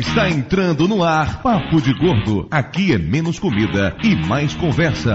Está entrando no ar Papo de Gordo. Aqui é menos comida e mais conversa.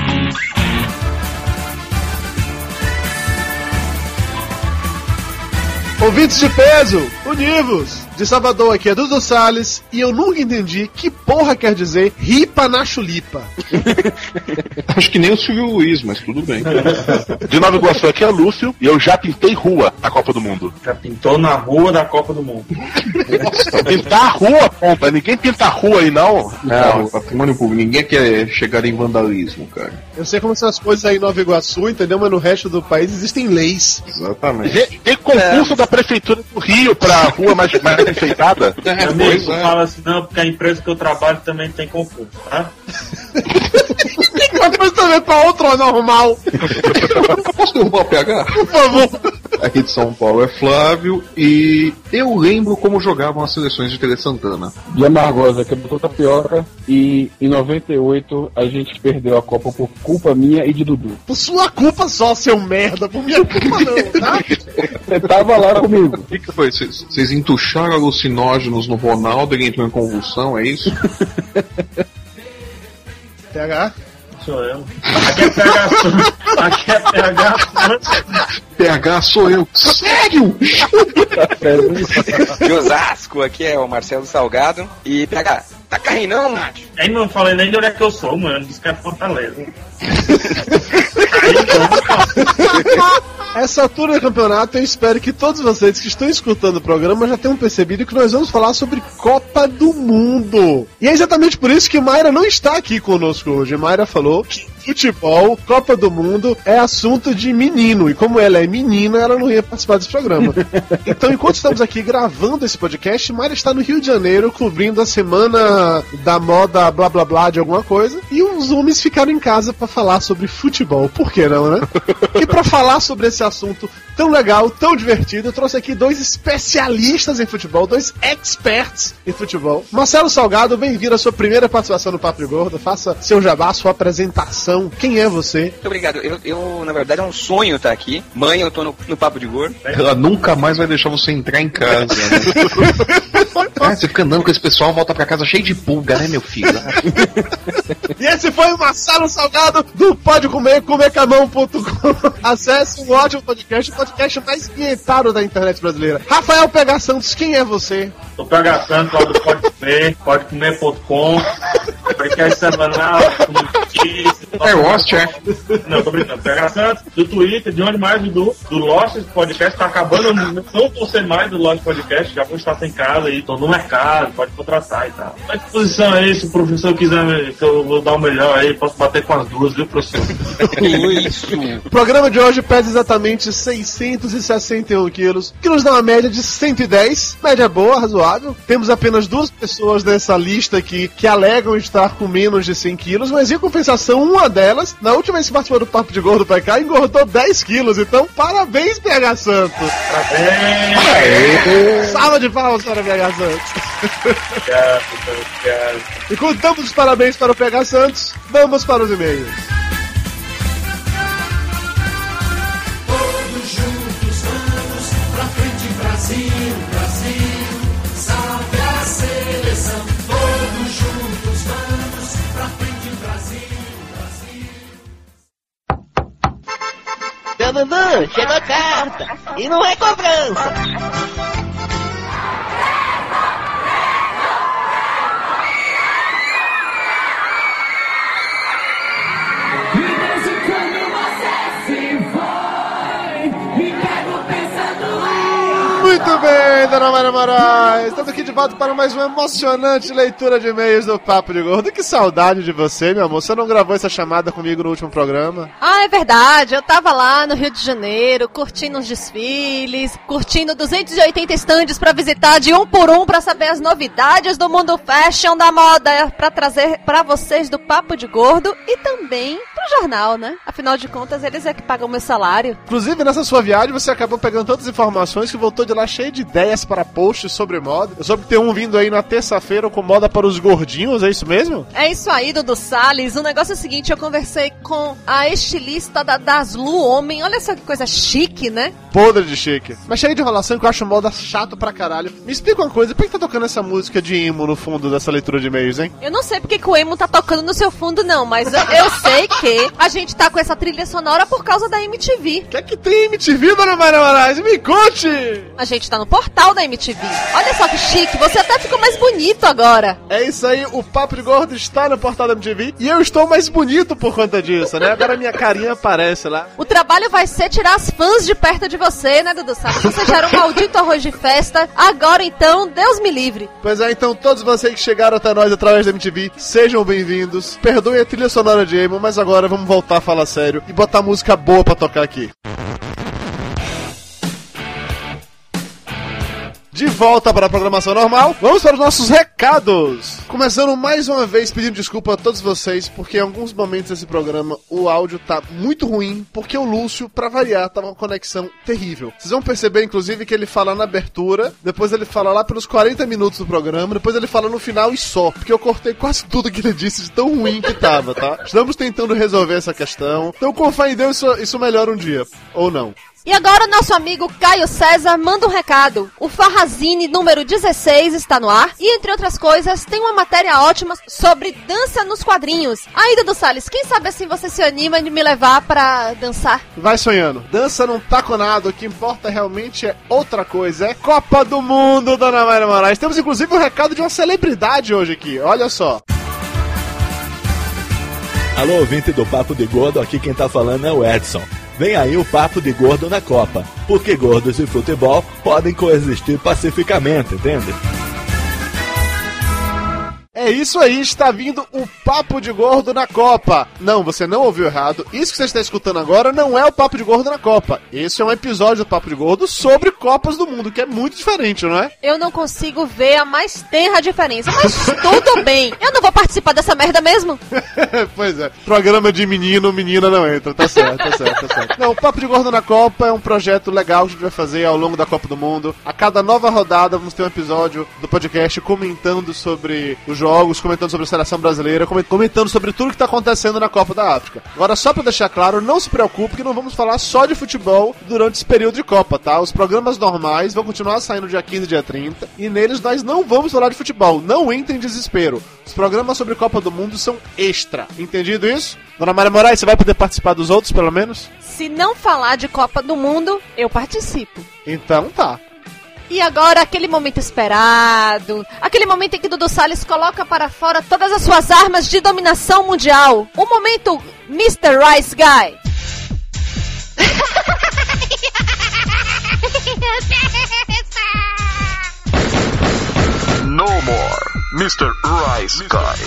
Ouvintes de peso, univos! De Salvador aqui é Dudu Salles e eu nunca entendi que porra quer dizer ripa na chulipa. Acho que nem o Silvio Luiz, mas tudo bem. De Nova Iguaçu aqui é Lúcio e eu já pintei rua na Copa do Mundo. Já pintou na rua da Copa do Mundo. Nossa, pintar a rua, ponta. Ninguém pinta a rua aí, não. Não, patrimônio público. Ninguém quer chegar em vandalismo, cara. Eu sei como são as coisas aí em Nova Iguaçu, entendeu? Mas no resto do país existem leis. Exatamente. Tem concurso da Prefeitura do Rio pra rua mais enfeitada? Amigo, fala assim, não, porque a empresa que eu trabalho também tem concurso, tá? Uma coisa também pra outro normal. Posso derrubar o PH? Por favor. Aqui de São Paulo é Flávio e eu lembro como jogavam as seleções de Tele Santana. De Amargosa, que botou tapioca, e em 98 a gente perdeu a Copa por culpa minha e de Dudu. Por sua culpa só, seu merda. Por minha culpa não, tá? Você tava lá comigo. O que foi? Vocês entucharam alucinógenos no Ronaldo e ele entrou em convulsão, é isso? PH? Sou eu. Aqui é PH. Aqui é PH. PH sou eu. Sério? De Osasco, aqui é o Marcelo Salgado. E PH, tá carrinho não, Nath? Aí não falei nem de onde é que eu sou, mano. Disse que é Fortaleza. Essa altura do campeonato, eu espero que todos vocês que estão escutando o programa já tenham percebido que nós vamos falar sobre Copa do Mundo. E é exatamente por isso que Mayra não está aqui conosco hoje. Mayra falou que futebol, Copa do Mundo, é assunto de menino. E como ela é menina, ela não ia participar desse programa. Então, enquanto estamos aqui gravando esse podcast, Mayra está no Rio de Janeiro, cobrindo a semana da moda blá blá blá de alguma coisa. E os homens ficaram em casa para falar sobre futebol. Por que não, né? E para falar sobre esse assunto tão legal, tão divertido, eu trouxe aqui dois especialistas em futebol, dois experts em futebol. Marcelo Salgado, bem-vindo à sua primeira participação no Papo de Gordo. Faça seu jabá, sua apresentação. Quem é você? Muito obrigado. Eu na verdade, é um sonho estar aqui. Mãe, eu tô no Papo de Gordo. Ela nunca mais vai deixar você entrar em casa, né? Você fica andando com esse pessoal, volta pra casa cheio de pulga, né, meu filho? E esse foi o Marcelo Salgado do Pode Comer, comercamão.com. Acesse um ótimo podcast, o podcast mais guietado da internet brasileira. Rafael PH Santos, quem é você? O PH Santos, lá do Pode Comer, podecomer.com. Podcast semanal, É Lost, é? Não, tô brincando. PH Santos, do Twitter, de onde mais, do Lost Podcast, tá acabando, não vou ser mais do Lost Podcast, já vou estar sem casa aí, tô no mercado, pode contratar e tal. A disposição é isso, se o professor quiser que eu vou dar o melhor aí, posso bater com as duas, viu, professor? Isso. O programa de hoje pesa exatamente 661 quilos, que nos dá uma média de 110, média boa, razoável. Temos apenas duas pessoas nessa lista aqui que alegam estar com menos de 100 quilos, mas em compensação, uma delas, na última vez que participou do Papo de Gordo pra cá, engordou 10 quilos, então parabéns, PH Santos! Parabéns! Salva de palmas para o PH Santos! Obrigado. E com tantos parabéns para o PH Santos, vamos para os e-mails. Todos juntos vamos pra frente, Brasil, Brasil, salve a seleção. Todos juntos vamos pra frente, Brasil, Brasil. Seu Dudu, chegou a carta. E não é cobrança. Muito bem, dona Mayra Moraes. Estamos aqui de volta para mais uma emocionante leitura de e-mails do Papo de Gordo. Que saudade de você, meu amor. Você não gravou essa chamada comigo no último programa? Ah, é verdade. Eu tava lá no Rio de Janeiro, curtindo os desfiles, curtindo 280 estandes pra visitar de um por um pra saber as novidades do mundo fashion da moda pra trazer pra vocês do Papo de Gordo e também pro jornal, né? Afinal de contas, eles é que pagam meu salário. Inclusive, nessa sua viagem, você acabou pegando tantas informações que voltou de lá cheio de ideias para posts sobre moda. Eu soube que tem um vindo aí na terça-feira com moda para os gordinhos, é isso mesmo? É isso aí, Dudu Salles. O negócio é o seguinte, eu conversei com a estilista da Daslu Homem. Olha só que coisa chique, né? podre de chique. Mas chega de enrolação que eu acho moda chato pra caralho. Me explica uma coisa, por que tá tocando essa música de emo no fundo dessa leitura de e-mails, hein? Eu não sei porque que o emo tá tocando no seu fundo, não, mas eu sei que a gente tá com essa trilha sonora por causa da MTV. O que é que tem MTV, dona Mayra Moraes? Me conte! A gente tá no portal da MTV. Olha só que chique, você até ficou mais bonito agora. É isso aí, o Papo de Gordo está no portal da MTV e eu estou mais bonito por conta disso, né? Agora minha carinha aparece lá. O trabalho vai ser tirar as fãs de perto de você, né, Dudu Salles? Você já era um maldito arroz de festa, agora então, Deus me livre. Pois é, então todos vocês que chegaram até nós através da MTV, sejam bem-vindos. Perdoem a trilha sonora de emo, mas agora vamos voltar a falar sério e botar música boa pra tocar aqui. De volta para a programação normal, vamos para os nossos recados. Começando mais uma vez pedindo desculpa a todos vocês, porque em alguns momentos desse programa o áudio tá muito ruim, porque o Lúcio, pra variar, tava com uma conexão terrível. Vocês vão perceber, inclusive, que ele fala na abertura, depois ele fala lá pelos 40 minutos do programa, depois ele fala no final e só, porque eu cortei quase tudo que ele disse de tão ruim que tava, tá? Estamos tentando resolver essa questão, então com fé em Deus isso melhora um dia, ou não. E agora o nosso amigo Caio César manda um recado. O Farrazine número 16 está no ar e, entre outras coisas, tem uma matéria ótima sobre dança nos quadrinhos. Aí, Dudu Salles, quem sabe assim você se anima de me levar pra dançar? Vai sonhando. Dança não tá com nada, o que importa realmente é outra coisa. É Copa do Mundo, dona Mayra Moraes. Temos inclusive um recado de uma celebridade hoje aqui, olha só. Alô, ouvinte do Papo de Gordo, aqui quem tá falando é o Edson. Vem aí o Papo de Gordo na Copa, porque gordos e futebol podem coexistir pacificamente, entende? É isso aí, está vindo o Papo de Gordo na Copa. Não, você não ouviu errado. Isso que você está escutando agora não é o Papo de Gordo na Copa. Esse é um episódio do Papo de Gordo sobre Copas do Mundo, que é muito diferente, não é? Eu não consigo ver a mais tenra diferença, mas tudo bem. Eu não vou participar dessa merda mesmo. Pois é, programa de menino, menina não entra. Tá certo, tá certo, tá certo. Não, o Papo de Gordo na Copa é um projeto legal que a gente vai fazer ao longo da Copa do Mundo. A cada nova rodada vamos ter um episódio do podcast comentando sobre os jogos, comentando sobre a seleção brasileira, comentando sobre tudo que está acontecendo na Copa da África. Agora, só para deixar claro, não se preocupe que não vamos falar só de futebol durante esse período de Copa, tá? Os programas normais vão continuar saindo dia 15 e dia 30, e neles nós não vamos falar de futebol. Não entre em desespero. Os programas sobre Copa do Mundo são extra. Entendido isso? Dona Mayra Moraes, você vai poder participar dos outros, pelo menos? Se não falar de Copa do Mundo, eu participo. Então tá. E agora, aquele momento esperado, aquele momento em que Dudu Salles coloca para fora todas as suas armas de dominação mundial. O momento Mr. Rice Guy. No more Mr. Rice Guy.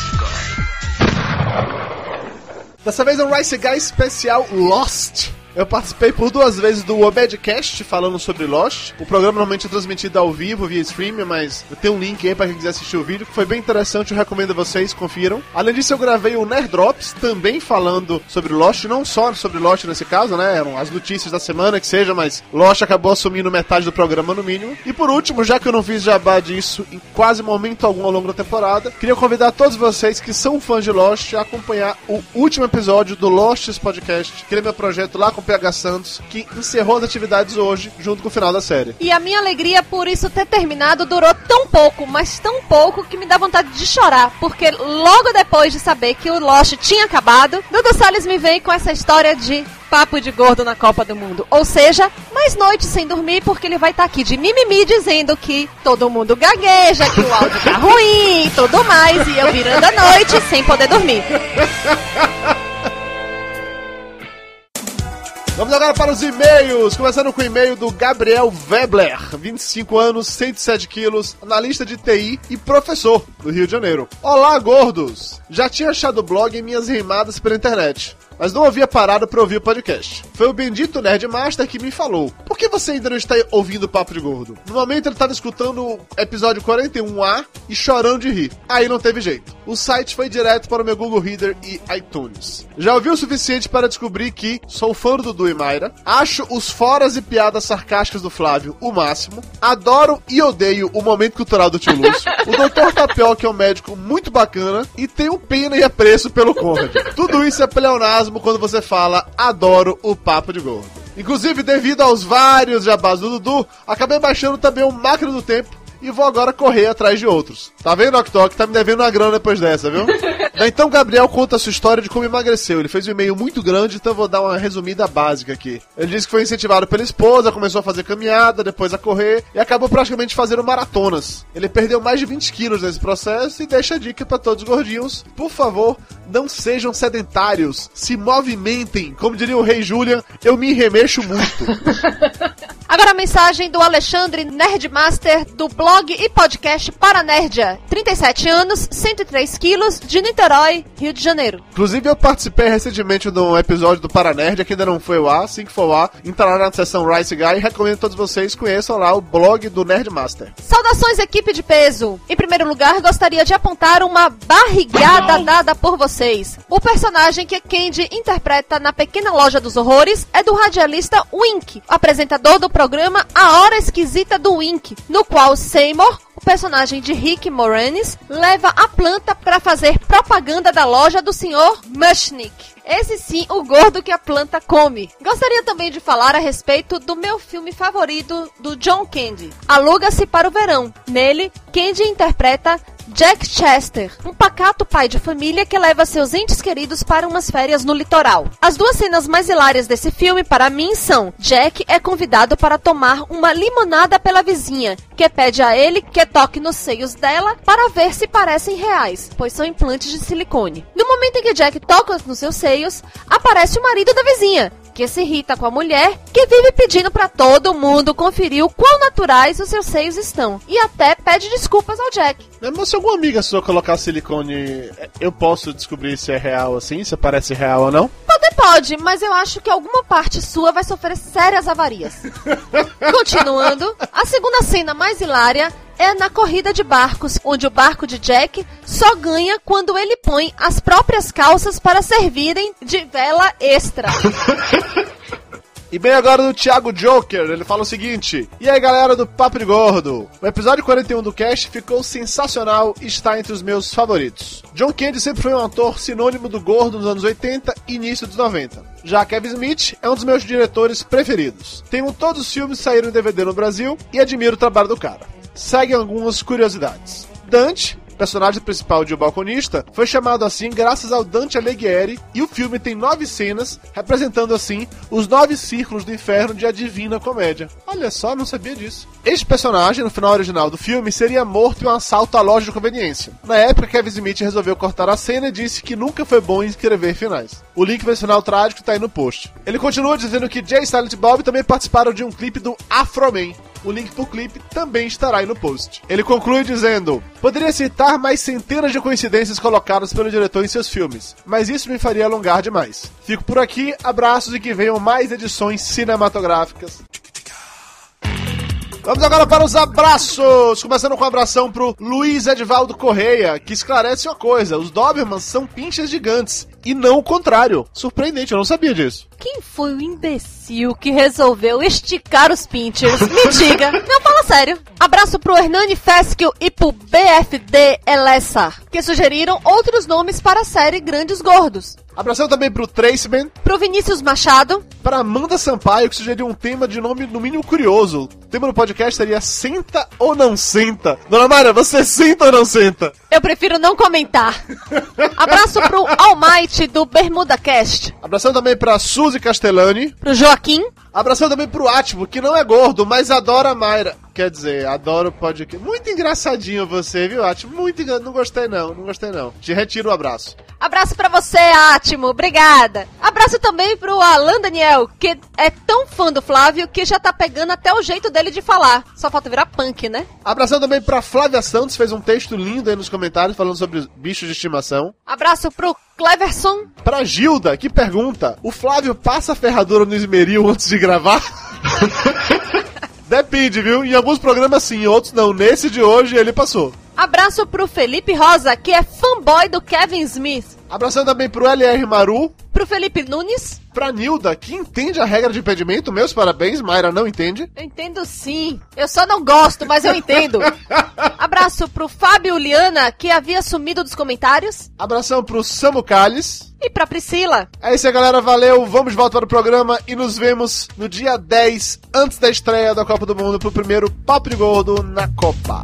Dessa vez é um Rice Guy especial Lost. Eu participei por 2 vezes do Obedcast falando sobre Lost. O programa normalmente é transmitido ao vivo via stream, mas eu tenho um link aí pra quem quiser assistir o vídeo, que foi bem interessante, eu recomendo a vocês, confiram. Além disso, eu gravei o Nerd Drops, também falando sobre Lost, não só sobre Lost nesse caso, né, eram as notícias da semana, que seja, mas Lost acabou assumindo metade do programa no mínimo. E por último, já que eu não fiz jabá disso em quase momento algum ao longo da temporada, queria convidar todos vocês que são fãs de Lost a acompanhar o último episódio do Lost Podcast, que é meu projeto lá com o PH Santos, que encerrou as atividades hoje, junto com o final da série. E a minha alegria por isso ter terminado durou tão pouco, mas tão pouco, que me dá vontade de chorar, porque logo depois de saber que o Lost tinha acabado, Dudu Salles me vem com essa história de Papo de Gordo na Copa do Mundo. Ou seja, mais noites sem dormir, porque ele vai estar aqui de mimimi dizendo que todo mundo gagueja, que o áudio tá ruim e tudo mais, e eu virando a noite sem poder dormir. Vamos agora para os e-mails, começando com o e-mail do Gabriel Webler, 25 anos, 107 quilos, analista de TI e professor do Rio de Janeiro. Olá, gordos! Já tinha achado o blog em minhas rimadas pela internet, mas não havia parado para ouvir o podcast. Foi o bendito Nerdmaster que me falou: por que você ainda não está ouvindo o Papo de Gordo? No momento ele estava escutando o episódio 41A e chorando de rir. Aí não teve jeito. O site foi direto para o meu Google Reader e iTunes. Já ouvi o suficiente para descobrir que sou fã do Dudu e Mayra, acho os foras e piadas sarcásticas do Flávio o máximo, adoro e odeio o momento cultural do tio Lúcio, o Dr. Tapioca é um médico muito bacana e tenho pena e apreço pelo Conrad. Tudo isso é pleonasmo quando você fala adoro o Papo de Gordo. Inclusive, devido aos vários jabás do Dudu, acabei baixando também o Máquina do Tempo e vou agora correr atrás de outros. Tá vendo, Ok Tok? Tá me devendo uma grana depois dessa, viu? Então, Gabriel conta a sua história de como emagreceu. Ele fez um e-mail muito grande, então eu vou dar uma resumida básica aqui. Ele disse que foi incentivado pela esposa, começou a fazer caminhada, depois a correr e acabou praticamente fazendo maratonas. Ele perdeu mais de 20 quilos nesse processo e deixa a dica pra todos os gordinhos. Por favor, não sejam sedentários, se movimentem. Como diria o Rei Julian, eu me remexo muito. Agora a mensagem do Alexandre, Nerdmaster, do blog e podcast Paranerdia. 37 anos, 103 quilos, de Niterói, Rio de Janeiro. Inclusive eu participei recentemente de um episódio do Paranerdia, que ainda não foi ao ar. Assim que for ao ar, entra lá na seção Rice Guy e recomendo que todos vocês conheçam lá o blog do Nerdmaster. Saudações, equipe de peso. Em primeiro lugar, gostaria de apontar uma barrigada dada por vocês. O personagem que Candy interpreta na Pequena Loja dos Horrores é do radialista Wink, apresentador do programa A Hora Esquisita do Wink, no qual Seymour, o personagem de Rick Moranis, leva a planta para fazer propaganda da loja do Sr. Mushnick. Esse sim, o gordo que a planta come. Gostaria também de falar a respeito do meu filme favorito do John Candy, Aluga-se para o Verão. Nele, Candy interpreta Jack Chester, um pacato pai de família que leva seus entes queridos para umas férias no litoral. As duas cenas mais hilárias desse filme, para mim, são: Jack é convidado para tomar uma limonada pela vizinha, que pede a ele que toque nos seios dela para ver se parecem reais, pois são implantes de silicone. No momento em que Jack toca nos seus seios, aparece o marido da vizinha, que se irrita com a mulher, que vive pedindo pra todo mundo conferir o quão naturais os seus seios estão, e até pede desculpas ao Jack. Mas se alguma amiga sua colocar silicone, eu posso descobrir se é real assim, se parece real ou não? Pode, mas eu acho que alguma parte sua vai sofrer sérias avarias. Continuando, a segunda cena mais hilária é na corrida de barcos, onde o barco de Jack só ganha quando ele põe as próprias calças para servirem de vela extra. E bem agora do Thiago Joker, ele fala o seguinte: e aí galera do Papo de Gordo, o episódio 41 do cast ficou sensacional e está entre os meus favoritos. John Candy sempre foi um ator sinônimo do gordo nos anos 80 e início dos 90. Já Kevin Smith é um dos meus diretores preferidos. Tenho todos os filmes que saíram em DVD no Brasil e admiro o trabalho do cara. Seguem algumas curiosidades. Dante, personagem principal de O Balconista, foi chamado assim graças ao Dante Alighieri, e o filme tem 9 cenas, representando assim os 9 círculos do inferno de A Divina Comédia. Olha só, não sabia disso. Este personagem, no final original do filme, seria morto em um assalto à loja de conveniência. Na época, Kevin Smith resolveu cortar a cena e disse que nunca foi bom em escrever finais. O link para esse final trágico está aí no post. Ele continua dizendo que Jay e Silent Bob também participaram de um clipe do Afro Man. O link pro clipe também estará aí no post. Ele conclui dizendo: poderia citar mais centenas de coincidências colocadas pelo diretor em seus filmes, mas isso me faria alongar demais. Fico por aqui, abraços e que venham mais edições cinematográficas. Vamos agora para os abraços, começando com um abração pro Luiz Edvaldo Correia, que esclarece uma coisa: os Dobermans são pinchas gigantes, e não o contrário. Surpreendente, eu não sabia disso. Quem foi o imbecil que resolveu esticar os pinchers? Me diga. Não, fala sério. Abraço pro Hernani Fesquio e pro BFD Elessar, que sugeriram outros nomes para a série Grandes Gordos. Abração também pro Traceman, pro Vinícius Machado, pra Amanda Sampaio, que sugeriu um tema de nome no mínimo curioso. O tema do podcast seria Senta ou Não Senta. Dona Mayra, você senta ou não senta? Eu prefiro não comentar. Abraço pro Almighty do Bermuda Cast. Abração também pra Suzy Castellani, pro Joaquim. Abração também pro Atmo, que não é gordo, mas adora a Mayra. Quer dizer, adoro o podcast. Muito engraçadinho você, viu, Atmo? Muito engraçado. Não gostei não. Te retiro o abraço. Abraço pra você, Atmo. Obrigada. Abraço também pro Alan Daniel, que é tão fã do Flávio que já tá pegando até o jeito dele de falar. Só falta virar punk, né? Abração também pra Flávia Santos, fez um texto lindo aí nos comentários falando sobre bichos de estimação. Abraço pro Cleverson. Pra Gilda, que pergunta: o Flávio passa a ferradura no esmeril antes de gravar? Depende, viu? Em alguns programas sim, em outros não. Nesse de hoje ele passou. Abraço pro Felipe Rosa, que é fanboy do Kevin Smith. Abração também pro LR Maru, pro Felipe Nunes, pra Nilda, que entende a regra de impedimento. Meus parabéns, Mayra não entende. Eu entendo sim. Eu só não gosto, mas eu entendo. Abraço pro Fábio Liana, que havia sumido dos comentários. Abração pro Samu Calles. E pra Priscila. É isso aí, galera. Valeu. Vamos de volta para o programa e nos vemos no dia 10, antes da estreia da Copa do Mundo, pro primeiro Papo de Gordo na Copa.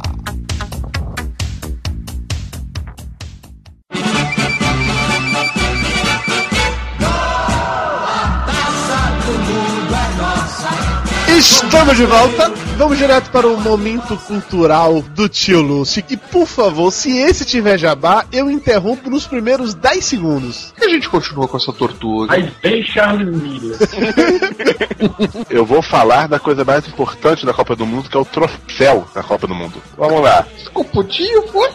Estamos de volta. Vamos direto para o momento cultural do tio Lúcio. E por favor, se esse tiver jabá, eu interrompo nos primeiros 10 segundos. E a gente continua com essa tortura. Aí vem Charles Miller. Eu vou falar da coisa mais importante da Copa do Mundo, que é o troféu da Copa do Mundo. Vamos lá. Ficou putinho, foi?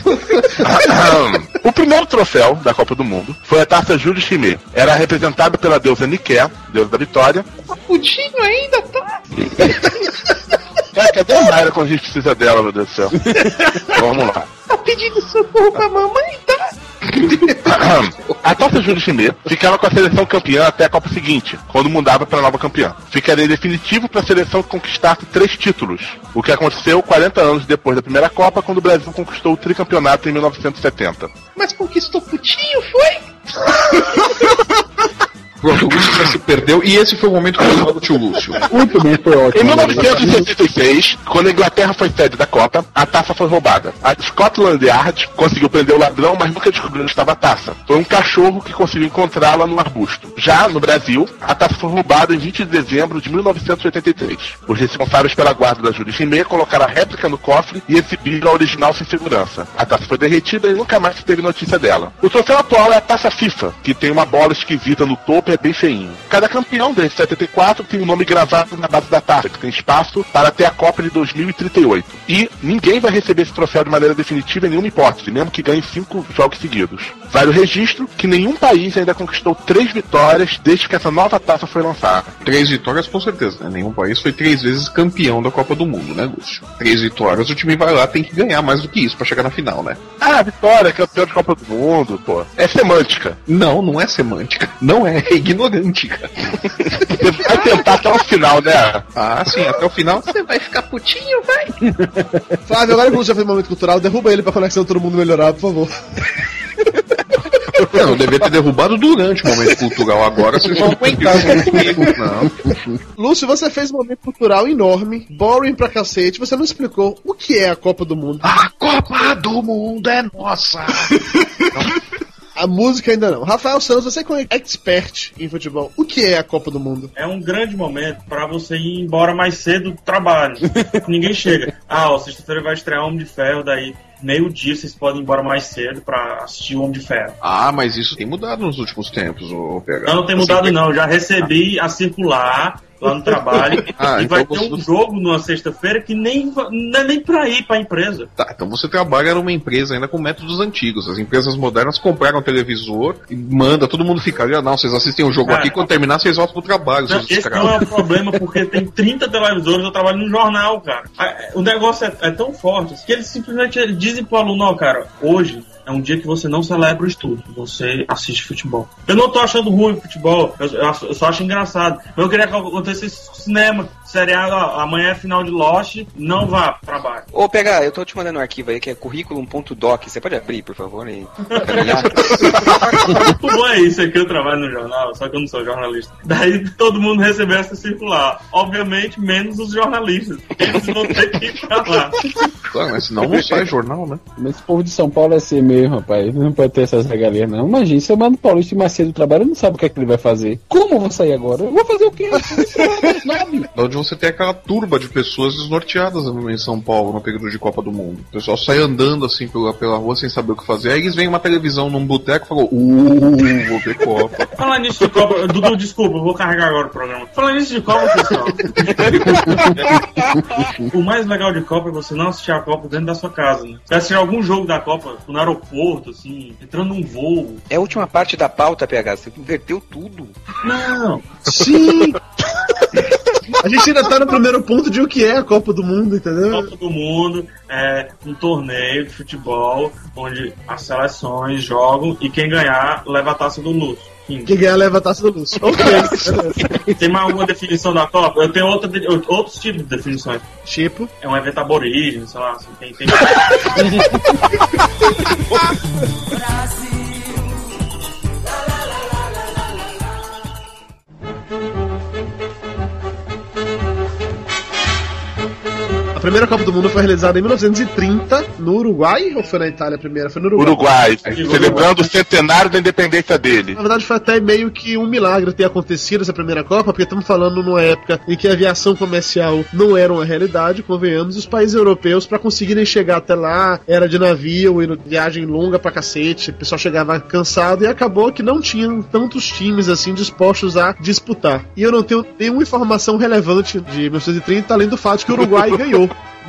O primeiro troféu da Copa do Mundo foi a taça Jules Rimet. Era representada pela deusa Nike, deusa da vitória. Putinho ainda tá. Cadê a Mayra quando a gente precisa dela, meu Deus do céu? Vamos lá. Tá pedindo socorro pra mamãe, tá? A taça Jules Rimet ficava com a seleção campeã até a Copa seguinte, quando mudava para a nova campeã. Ficaria definitivo para a seleção que conquistasse 3 títulos, o que aconteceu 40 anos depois da primeira Copa, quando o Brasil conquistou o tricampeonato em 1970. Mas conquistou putinho, foi? Pronto, o Lúcio já se perdeu e esse foi o momento cultural do tio Lúcio. Muito bem, foi ótimo. Em 1966, quando a Inglaterra foi sede da Copa, a taça foi roubada. A Scotland Yard conseguiu prender o ladrão, mas nunca descobriu onde estava a taça. Foi um cachorro que conseguiu encontrá-la no arbusto. Já no Brasil, a taça foi roubada em 20 de dezembro de 1983. Os responsáveis pela guarda da Jules Rimet colocaram a réplica no cofre e exibiram a original sem segurança. A taça foi derretida e nunca mais se teve notícia dela. O troféu atual é a taça FIFA, que tem uma bola esquisita no topo, é bem feinho. Cada campeão desde 74 tem um nome gravado na base da taça, que tem espaço para até a Copa de 2038. E ninguém vai receber esse troféu de maneira definitiva em nenhuma hipótese, mesmo que ganhe 5 jogos seguidos. Vale o registro que nenhum país ainda conquistou 3 vitórias desde que essa nova taça foi lançada. 3 vitórias com certeza, né? Nenhum país foi 3 vezes campeão da Copa do Mundo, né, Lúcio? 3 vitórias, o time vai lá, tem que ganhar mais do que isso pra chegar na final, né? Ah, vitória, campeão de Copa do Mundo, pô. É semântica. Não, não é semântica. Não é ignorante, cara. Você vai tentar até o final, né? Ah, sim, até o final você vai ficar putinho, vai. Flávio, agora que o Lúcio já fez o momento cultural, derruba ele pra conexão todo mundo melhorar, por favor. Não, devia ter derrubado durante o momento cultural. Agora vocês vão aguentar comigo. Não. Lúcio, você fez um momento cultural enorme, boring pra cacete. Você não explicou o que é a Copa do Mundo. A Copa do Mundo é nossa! A música ainda não. Rafael Santos, você que é expert em futebol, o que é a Copa do Mundo? É um grande momento pra você ir embora mais cedo do trabalho. Ninguém chega. Ah, sexta-feira vai estrear Homem de Ferro, daí meio-dia vocês podem ir embora mais cedo pra assistir o Homem de Ferro. Ah, mas isso tem mudado nos últimos tempos, ô PH. Não tem mudado não, já recebi a circular lá no trabalho e vai ter um jogo numa sexta-feira que não é nem pra ir pra empresa. Tá, então você trabalha numa empresa ainda com métodos antigos. As empresas modernas compraram um televisor e manda todo mundo ficar ali. Não, vocês assistem o jogo aqui, quando terminar vocês voltam pro trabalho. Não, esse não é o problema, porque tem 30 televisores, eu trabalho no jornal, cara. O negócio é tão forte que eles simplesmente dizem pro aluno, ó, cara, hoje é um dia que você não celebra o estudo, você assiste futebol. Eu não tô achando ruim o futebol, eu só acho engraçado. Mas eu queria que acontecesse no cinema, seriado, ó, amanhã é final de Lost, não vá pro trabalho. Ô, PH, eu tô te mandando um arquivo aí que é currículum.doc, você pode abrir, por favor, aí? O bom é isso, é que eu trabalho no jornal, só que eu não sou jornalista. Daí todo mundo recebeu essa circular, obviamente menos os jornalistas, eles vão ter que ir pra lá. Claro, mas senão não sai jornal, né? Mas esse povo de São Paulo é assim mesmo, rapaz. Não pode ter essas regalias, não. Imagina, se eu mando o Paulista mais cedo do trabalho, ele não sabe o que é que ele vai fazer. Como eu vou sair agora? Eu vou fazer o quê? Onde você tem aquela turba de pessoas desnorteadas em São Paulo no período de Copa do Mundo. O pessoal sai andando assim pela rua sem saber o que fazer. Aí eles veem uma televisão num boteco e falam, vou ver Copa. Falar nisso de Copa, Dudu, desculpa, eu vou carregar agora o programa. Falar nisso de Copa, pessoal. O mais legal de Copa é você não assistir a Copa dentro da sua casa, né? Você assistir algum jogo da Copa no aeroporto, assim, entrando num voo. É a última parte da pauta, PH, você inverteu tudo. Não. Sim. A gente ainda tá no primeiro ponto de o que é a Copa do Mundo, entendeu? A Copa do Mundo é um torneio de futebol onde as seleções jogam e quem ganhar leva a taça do Lúcio. Quem ganhar leva a taça do Lúcio. Tem mais alguma definição da Copa? Eu tenho outros tipos de definições. Tipo? É um evento aborígene, sei lá. Assim, tem... A primeira Copa do Mundo foi realizada em 1930 no Uruguai, ou foi na Itália a primeira? Foi no Uruguai. Celebrando o centenário da independência dele. Na verdade foi até meio que um milagre ter acontecido essa primeira Copa, porque estamos falando numa época em que a aviação comercial não era uma realidade, convenhamos, os países europeus para conseguirem chegar até lá, era de navio e viagem longa pra cacete, o pessoal chegava cansado e acabou que não tinham tantos times assim dispostos a disputar. E eu não tenho nenhuma informação relevante de 1930, além do fato de que o Uruguai ganhou.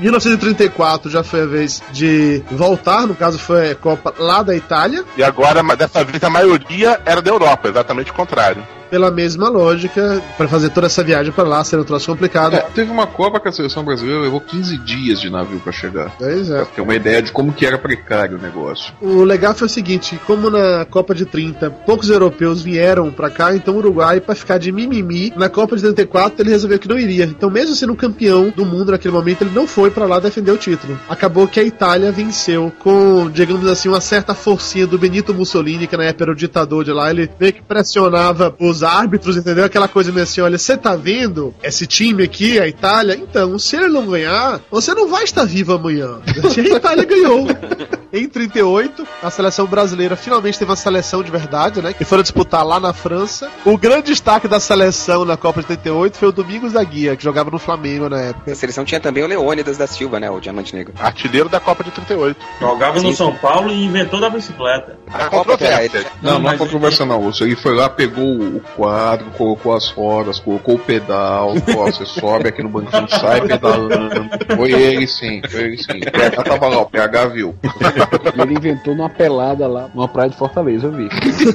1934 já foi a vez de voltar, no caso foi a Copa lá da Itália. E agora, dessa vez, a maioria era da Europa, exatamente o contrário. Pela mesma lógica, para fazer toda essa viagem para lá, seria um troço complicado. Teve uma Copa que a seleção brasileira levou 15 dias de navio para chegar. Pois é. Pra ter uma ideia de como que era precário o negócio. O legal foi o seguinte, como na Copa de 30 poucos europeus vieram para cá, então o Uruguai, para ficar de mimimi, na Copa de 34 ele resolveu que não iria. Então mesmo sendo campeão do mundo naquele momento, ele não foi para lá defender o título. Acabou que a Itália venceu com, digamos assim, uma certa forcinha do Benito Mussolini, que na época era o ditador de lá, ele meio que pressionava os árbitros, entendeu? Aquela coisa meio assim, olha, você tá vendo esse time aqui, a Itália? Então, se ele não ganhar, você não vai estar vivo amanhã. E a Itália ganhou. Em 38, a seleção brasileira finalmente teve uma seleção de verdade, né? Que foram disputar lá na França. O grande destaque da seleção na Copa de 38 foi o Domingos da Guia, que jogava no Flamengo na época. A seleção tinha também o Leônidas da Silva, né? O Diamante Negro. Artilheiro da Copa de 38. Jogava no São Paulo e inventou da bicicleta. A Copa Não é controvérsia não. Ele foi lá, pegou o quadro, colocou as rodas, colocou o pedal. Ó, você sobe aqui no banquinho, sai pedalando. Foi ele sim. O PH tava lá, o PH viu. Ele inventou numa pelada lá, numa praia de Fortaleza, eu vi.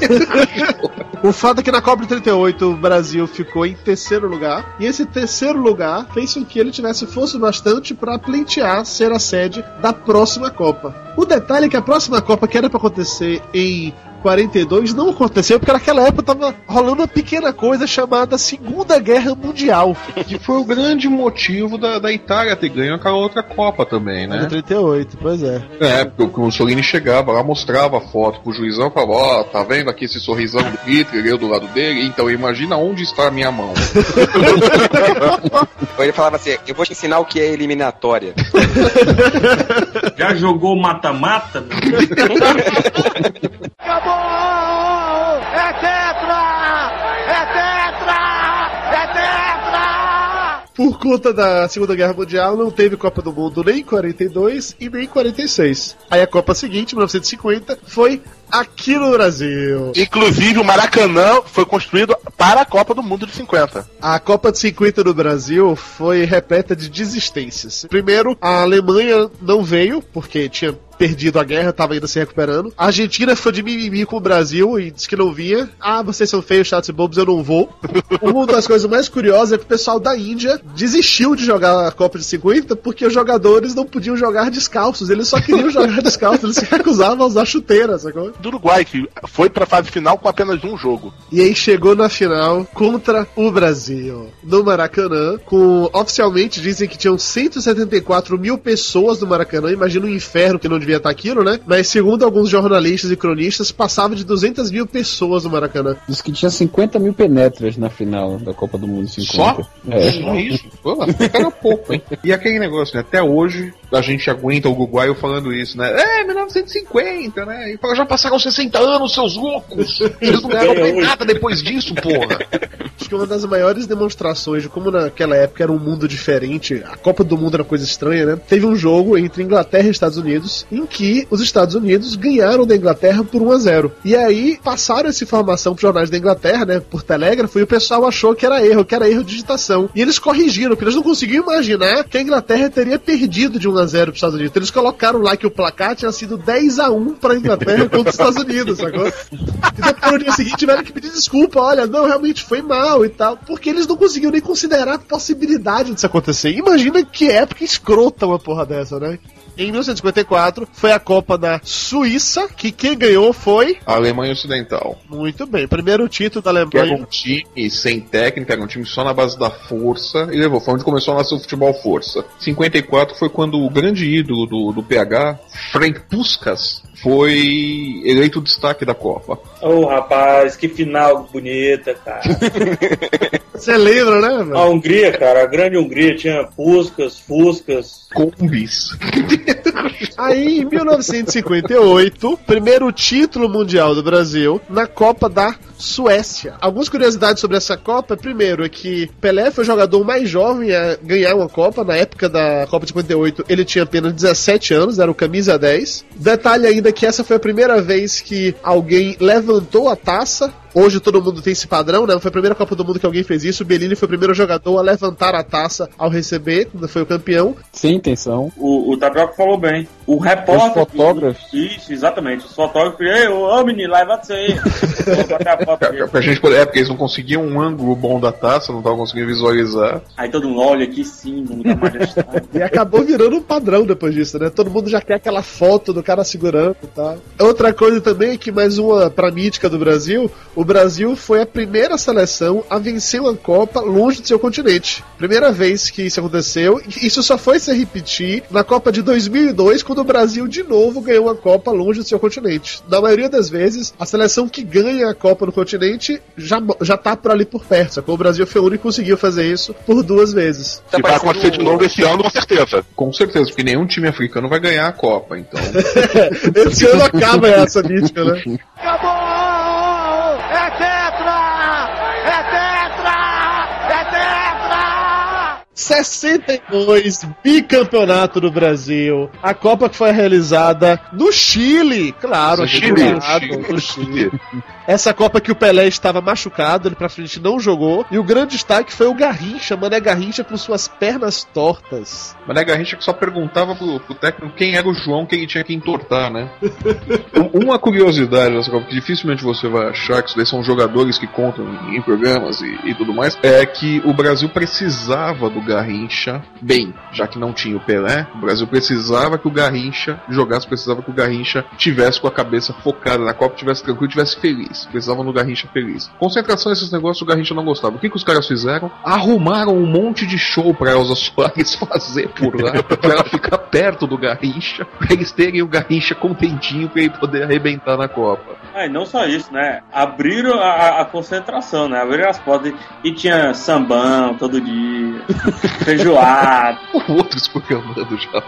O fato é que na Copa de 38 o Brasil ficou em terceiro lugar, e esse terceiro lugar fez com que ele tivesse força bastante para pleitear ser a sede da próxima Copa. O detalhe é que a próxima Copa, que era para acontecer em 42, não aconteceu, porque naquela época tava rolando uma pequena coisa chamada Segunda Guerra Mundial. Que foi o grande motivo da Itália ter ganho aquela outra Copa também, né? De 38, pois é. Porque o Mussolini chegava lá, mostrava a foto pro juizão e falava, ó, tá vendo aqui esse sorrisão do Hitler, eu do lado dele? Então imagina onde está a minha mão. Ou ele falava assim, eu vou te ensinar o que é eliminatória. Já jogou mata-mata? Acabou! É tetra! É tetra! É tetra! Por conta da Segunda Guerra Mundial, não teve Copa do Mundo nem em 42 e nem em 46. Aí a Copa seguinte, 1950, foi aqui no Brasil. Inclusive o Maracanã foi construído para a Copa do Mundo de 50. A Copa de 50 no Brasil foi repleta de desistências. Primeiro, a Alemanha não veio, porque tinha perdido a guerra, tava ainda se recuperando. A Argentina foi de mimimi com o Brasil e disse que não vinha. Ah, vocês são feios, chatos e bobos, eu não vou. Uma das coisas mais curiosas é que o pessoal da Índia desistiu de jogar a Copa de 50 porque os jogadores não podiam jogar descalços. Eles só queriam jogar descalços, eles se recusavam a usar chuteiras, sacou? Do Uruguai, que foi pra fase final com apenas um jogo. E aí chegou na final contra o Brasil, no Maracanã, com, oficialmente dizem que tinham 174 mil pessoas no Maracanã. Imagina o inferno que não devia estar aquilo, né? Mas segundo alguns jornalistas e cronistas, passava de 200 mil pessoas no Maracanã. Diz que tinha 50 mil penetras na final da Copa do Mundo 50. Só? Só isso? Pô, era pouco, hein? E aquele negócio, né? Até hoje a gente aguenta o uruguaio falando isso, né? 1950, né? E fala, já passaram 60 anos, seus loucos! Vocês não ganharam nada depois disso, porra! Acho que uma das maiores demonstrações de como naquela época era um mundo diferente, a Copa do Mundo era coisa estranha, né? Teve um jogo entre Inglaterra e Estados Unidos, em que os Estados Unidos ganharam da Inglaterra por 1-0. E aí passaram essa informação para os jornais da Inglaterra, né? Por telégrafo, e o pessoal achou que era erro de digitação. E eles corrigiram, porque eles não conseguiam imaginar que a Inglaterra teria perdido de 1-0 para os Estados Unidos. Então eles colocaram lá que o placar tinha sido 10-1 para a Inglaterra contra os Estados Unidos, sacou? E depois no dia seguinte tiveram que pedir desculpa, olha, não, realmente foi mal. Mundial e tal, porque eles não conseguiam nem considerar a possibilidade disso acontecer. Imagina que época escrota uma porra dessa, né? Em 1954, foi a Copa da Suíça, que quem ganhou foi... A Alemanha Ocidental. Muito bem, primeiro título da Que era Alemanha. um time sem técnica, era um time só na base da força, e levou. Foi onde começou a nascer o futebol força. 54 foi quando o grande ídolo do PH, Frank Puskas, foi eleito o destaque da Copa. Ô, rapaz, que final bonita, cara. Você lembra, né, velho? A Hungria, cara, a grande Hungria tinha Puskas, Fuscas. Combis. Aí, em 1958, primeiro título mundial do Brasil na Copa da Suécia. Algumas curiosidades sobre essa Copa. Primeiro é que Pelé foi o jogador mais jovem a ganhar uma Copa. Na época da Copa de 58, ele tinha apenas 17 anos, era o camisa 10. Detalhe ainda que essa foi a primeira vez que alguém levantou a taça. Hoje todo mundo tem esse padrão, né? Foi a primeira Copa do Mundo que alguém fez isso. O Bellini foi o primeiro jogador a levantar a taça ao receber, quando foi o campeão. Sem intenção. O Tapioca falou bem. O repórter... Os fotógrafos. Isso, exatamente. Os fotógrafos... Ei, ô menino, levanta isso aí. Vou botar a foto aqui. Pra gente poder... porque eles não conseguiam um ângulo bom da taça, não estavam conseguindo visualizar. Aí todo mundo olha aqui sim, mundo da majestade. E acabou virando um padrão depois disso, né? Todo mundo já quer aquela foto do cara segurando e tal. Outra coisa também é que, mais uma pra mítica do Brasil, o Brasil foi a primeira seleção a vencer uma Copa longe do seu continente. Primeira vez que isso aconteceu. Isso só foi se repetir na Copa de 2002, quando o Brasil de novo ganhou uma Copa longe do seu continente. Na maioria das vezes, a seleção que ganha a Copa no continente já tá por ali por perto, sacou? O Brasil foi o único que conseguiu fazer isso por 2 vezes. E vai acontecer de novo esse ano, com certeza. Com certeza, porque nenhum time africano vai ganhar a Copa, então... Esse ano acaba essa mítica, né? Acabou! É tetra! É tetra! É tetra! 62, bicampeonato do Brasil. A Copa que foi realizada no Chile, claro. No Chile. Essa Copa que o Pelé estava machucado, ele pra frente não jogou. E o grande destaque foi o Garrincha, Mané Garrincha com suas pernas tortas. Mané Garrincha que só perguntava pro técnico quem era o João que ele tinha que entortar, né? Uma curiosidade dessa Copa, que dificilmente você vai achar, que isso daí são jogadores que contam em programas e tudo mais, é que o Brasil precisava do Garrincha bem, já que não tinha o Pelé. O Brasil precisava que o Garrincha jogasse, precisava que o Garrincha tivesse com a cabeça focada na Copa, tivesse tranquilo, tivesse feliz. Precisavam do Garrincha feliz. Concentração nesses negócios, o Garrincha não gostava. O que os caras fizeram? Arrumaram um monte de show pra Elza Soares fazer por lá, pra ela ficar perto do Garrincha, pra eles terem o Garrincha contentinho pra ele poder arrebentar na Copa. E não só isso, né? Abriram a concentração, né? Abriram as portas e tinha sambão todo dia, feijoada. Outros programando já.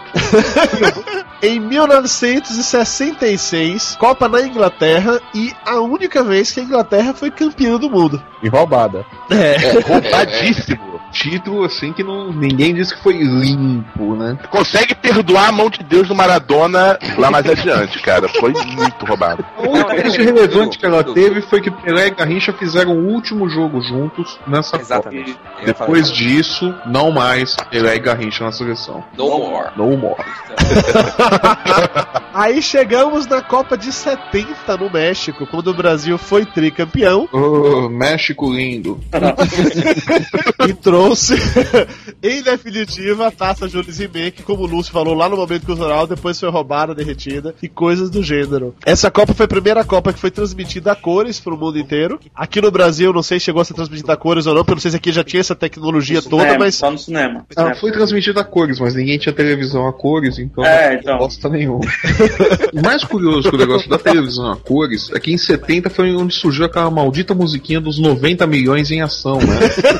Em 1966, Copa na Inglaterra, e a única vez que a Inglaterra foi campeã do mundo. E roubada. Roubadíssimo. Título assim que ninguém disse que foi limpo, né? Consegue perdoar a mão de Deus do Maradona lá mais adiante, cara. Foi muito roubado. A única coisa relevante que ela teve foi que Pelé e Garrincha fizeram o último jogo juntos nessa Exatamente. Copa. Depois disso, não mais Pelé e Garrincha na seleção. No more. No more. Aí chegamos na Copa de 70 no México, quando o Brasil foi tricampeão. Oh, México lindo. E trouxe, em definitiva, a taça Jules Rimet, que, como o Lúcio falou lá no momento cultural, depois foi roubada, derretida e coisas do gênero. Essa Copa foi a primeira Copa que foi transmitida a cores pro mundo inteiro. Aqui no Brasil, não sei se chegou a ser transmitida a cores ou não, porque eu não sei se aqui já tinha essa tecnologia toda, mas... Só no cinema. Ela foi transmitida a cores, mas ninguém tinha televisão a cores, então não bosta nenhuma. O mais curioso com o negócio da televisão a cores é que em 70 foi onde surgiu aquela maldita musiquinha dos 90 milhões em ação, né?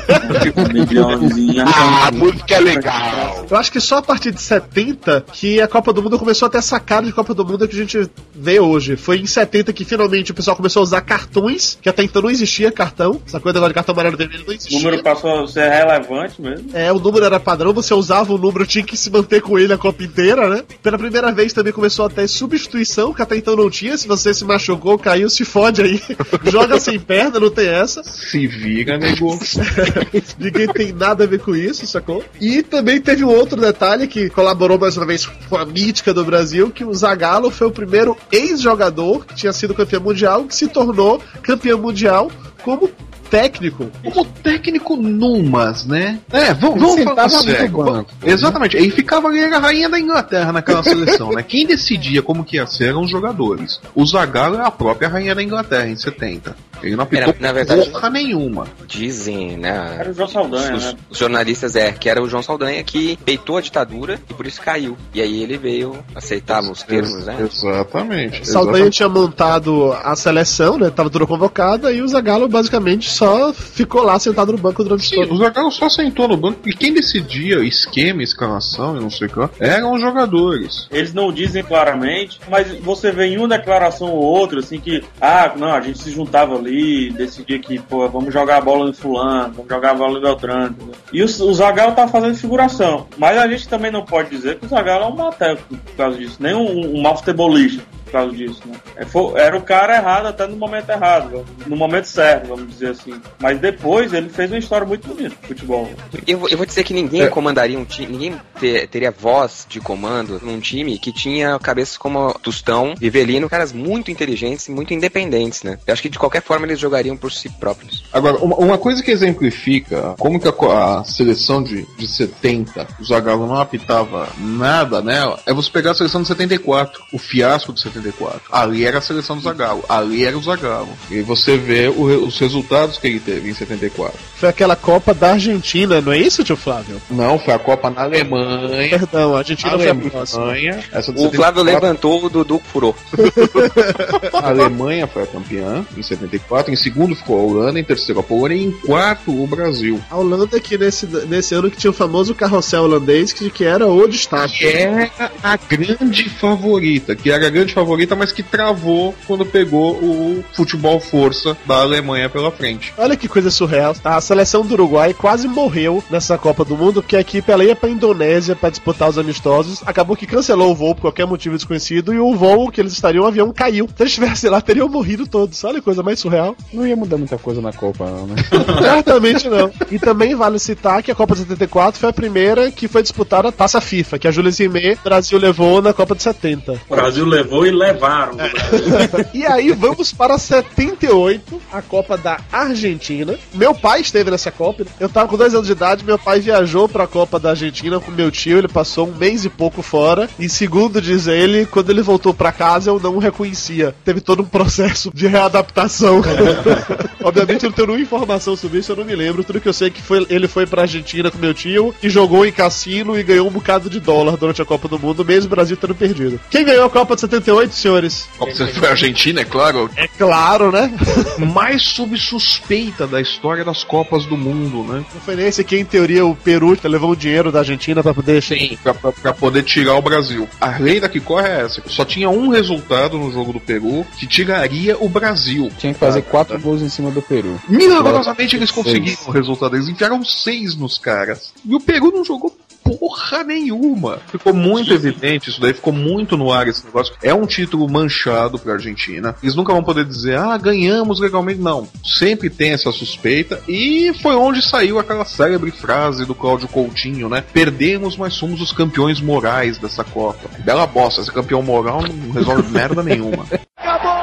A música é legal. Eu acho que só a partir de 70 que a Copa do Mundo começou a ter essa cara de Copa do Mundo que a gente vê hoje. Foi em 70 que finalmente o pessoal começou a usar cartões, que até então não existia cartão. Essa coisa agora de cartão amarelo e vermelho não existia. O número passou a ser relevante mesmo. O número era padrão, você usava o número, tinha que se manter com ele a Copa inteira, né? Pela primeira vez também começou a ter substituição, que até então não tinha. Se você se machucou, caiu, se fode aí. Joga sem perna, não tem essa. Se vira, nego. Ninguém tem nada a ver com isso, sacou? E também teve um outro detalhe que colaborou mais uma vez com a mítica do Brasil, que o Zagallo foi o primeiro ex-jogador que tinha sido campeão mundial, que se tornou campeão mundial como técnico. Como técnico numas, né? Vamos falar sério. Exatamente. Ele ficava ali, era a rainha da Inglaterra naquela seleção, né? Quem decidia como que ia ser eram os jogadores. O Zagallo é a própria rainha da Inglaterra em 70. Ele não apitou porra nenhuma. Dizem, né? Era o João Saldanha, né? Os jornalistas que era o João Saldanha que peitou a ditadura e por isso caiu. E aí ele veio aceitar os termos, né? Exatamente. Saldanha tinha montado a seleção, né? Tava toda convocada e o Zagallo basicamente só ficou lá sentado no banco durante todo. O Zagallo só sentou no banco e quem decidia esquema, escalação e não sei o que eram os jogadores. Eles não dizem claramente, mas você vê em uma declaração ou outra, assim, que a gente se juntava ali, decidia que, vamos jogar a bola em fulano, vamos jogar a bola em Beltrano, entendeu? E o Zagallo tá fazendo figuração, mas a gente também não pode dizer que o Zagallo é um mau técnico por causa disso, nem um mau futebolista por causa disso, né? Era o cara errado até no momento errado, no momento certo, vamos dizer assim. Mas depois ele fez uma história muito bonita de futebol. Eu vou dizer que ninguém comandaria um time, ninguém teria voz de comando num time que tinha cabeças como Tostão, Rivelino, caras muito inteligentes e muito independentes, né? Eu acho que de qualquer forma eles jogariam por si próprios. Agora, uma coisa que exemplifica como que a seleção de 70, o Zagallo não apitava nada nela, é você pegar a seleção de 74, o fiasco de 74. Ali era a seleção do Zagallo, ali era o Zagallo. E você vê os resultados que ele teve em 74. Foi aquela Copa da Argentina, não é isso, tio Flávio? Não, foi a Copa na Alemanha. Perdão, a Argentina foi a próxima. O Flávio levantou, o Dudu furou. A Alemanha foi a campeã em 74, em segundo ficou a Holanda, em terceiro a Polônia e em quarto o Brasil. A Holanda que nesse ano que tinha o famoso carrossel holandês que era o destaque. Que era a grande favorita, mas que travou quando pegou o futebol força da Alemanha pela frente. Olha que coisa surreal, tá? A seleção do Uruguai quase morreu nessa Copa do Mundo, porque a equipe ela ia pra Indonésia pra disputar os amistosos, acabou que cancelou o voo por qualquer motivo desconhecido e o voo que eles estariam, o avião caiu. Se eles estivessem lá, teriam morrido todos. Olha que coisa mais surreal. Não ia mudar muita coisa na Copa, não, né? Certamente não. E também vale citar que a Copa de 74 foi a primeira que foi disputada a Taça FIFA, que a Júlia Zimmer, o Brasil levou na Copa de 70. O Brasil levou e levaram. E aí vamos para 78, a Copa da Argentina. Meu pai esteve nessa Copa. Eu tava com 2 anos de idade, meu pai viajou pra Copa da Argentina com meu tio, ele passou 1 mês e pouco fora. E segundo diz ele, quando ele voltou pra casa, eu não o reconhecia. Teve todo um processo de readaptação. Obviamente eu não tenho nenhuma informação sobre isso, eu não me lembro. Tudo que eu sei é que ele foi pra Argentina com meu tio e jogou em cassino e ganhou um bocado de dólar durante a Copa do Mundo, mesmo o Brasil tendo perdido. Quem ganhou a Copa de 78, senhores? Você foi a Argentina, é claro? É claro, né? Mais sob suspeita da história das Copas do Mundo, né? Não foi nem esse que, em teoria, o Peru levou o dinheiro da Argentina pra poder... Sim, pra poder tirar o Brasil. A lenda que corre é essa. Só tinha um resultado no jogo do Peru que tiraria o Brasil. Tinha que fazer 4 gols em cima do Peru. Milagrosamente eles conseguiram o resultado. Eles enfiaram 6 nos caras. E o Peru não jogou porra nenhuma. Ficou muito evidente isso daí, ficou muito no ar esse negócio. É um título manchado pra Argentina. Eles nunca vão poder dizer, ganhamos legalmente. Não. Sempre tem essa suspeita. E foi onde saiu aquela célebre frase do Cláudio Coutinho, né? Perdemos, mas somos os campeões morais dessa Copa. Bela bosta, ser campeão moral não resolve merda nenhuma. Acabou!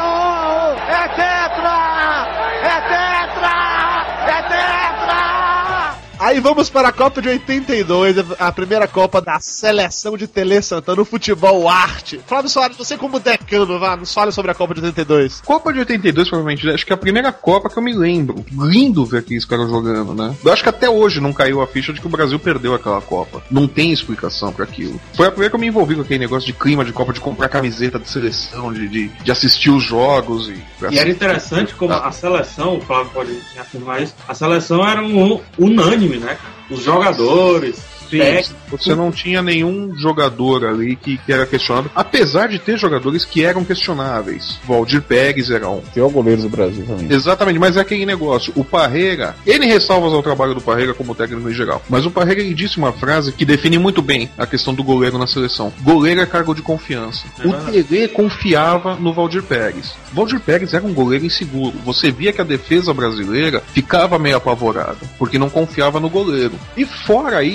É tetra! É tetra! É tetra! Aí vamos para a Copa de 82, a primeira Copa da seleção de Tele Santana, o futebol arte. Flávio Soares, você como decano, nos fale sobre a Copa de 82. Copa de 82, provavelmente, acho que é a primeira Copa que eu me lembro. Lindo ver aqueles caras jogando, né? Eu acho que até hoje não caiu a ficha de que o Brasil perdeu aquela Copa. Não tem explicação pra aquilo. Foi a primeira que eu me envolvi com aquele negócio de clima de Copa, de comprar camiseta de seleção, de assistir os jogos. E era interessante como a seleção, o Flávio pode afirmar isso, a seleção era unânime, né? Os jogadores, você não tinha nenhum jogador ali que era questionado, apesar de ter jogadores que eram questionáveis. Valdir Pérez era um. Tem o goleiro do Brasil também. Exatamente, mas é aquele negócio. O Parreira, ele ressalvas ao trabalho do Parreira como técnico em geral, mas o Parreira ele disse uma frase que define muito bem a questão do goleiro na seleção. Goleiro é cargo de confiança. O Tele confiava no Valdir Pérez. Valdir Pérez era um goleiro inseguro. Você via que a defesa brasileira ficava meio apavorada, porque não confiava no goleiro. E fora isso, que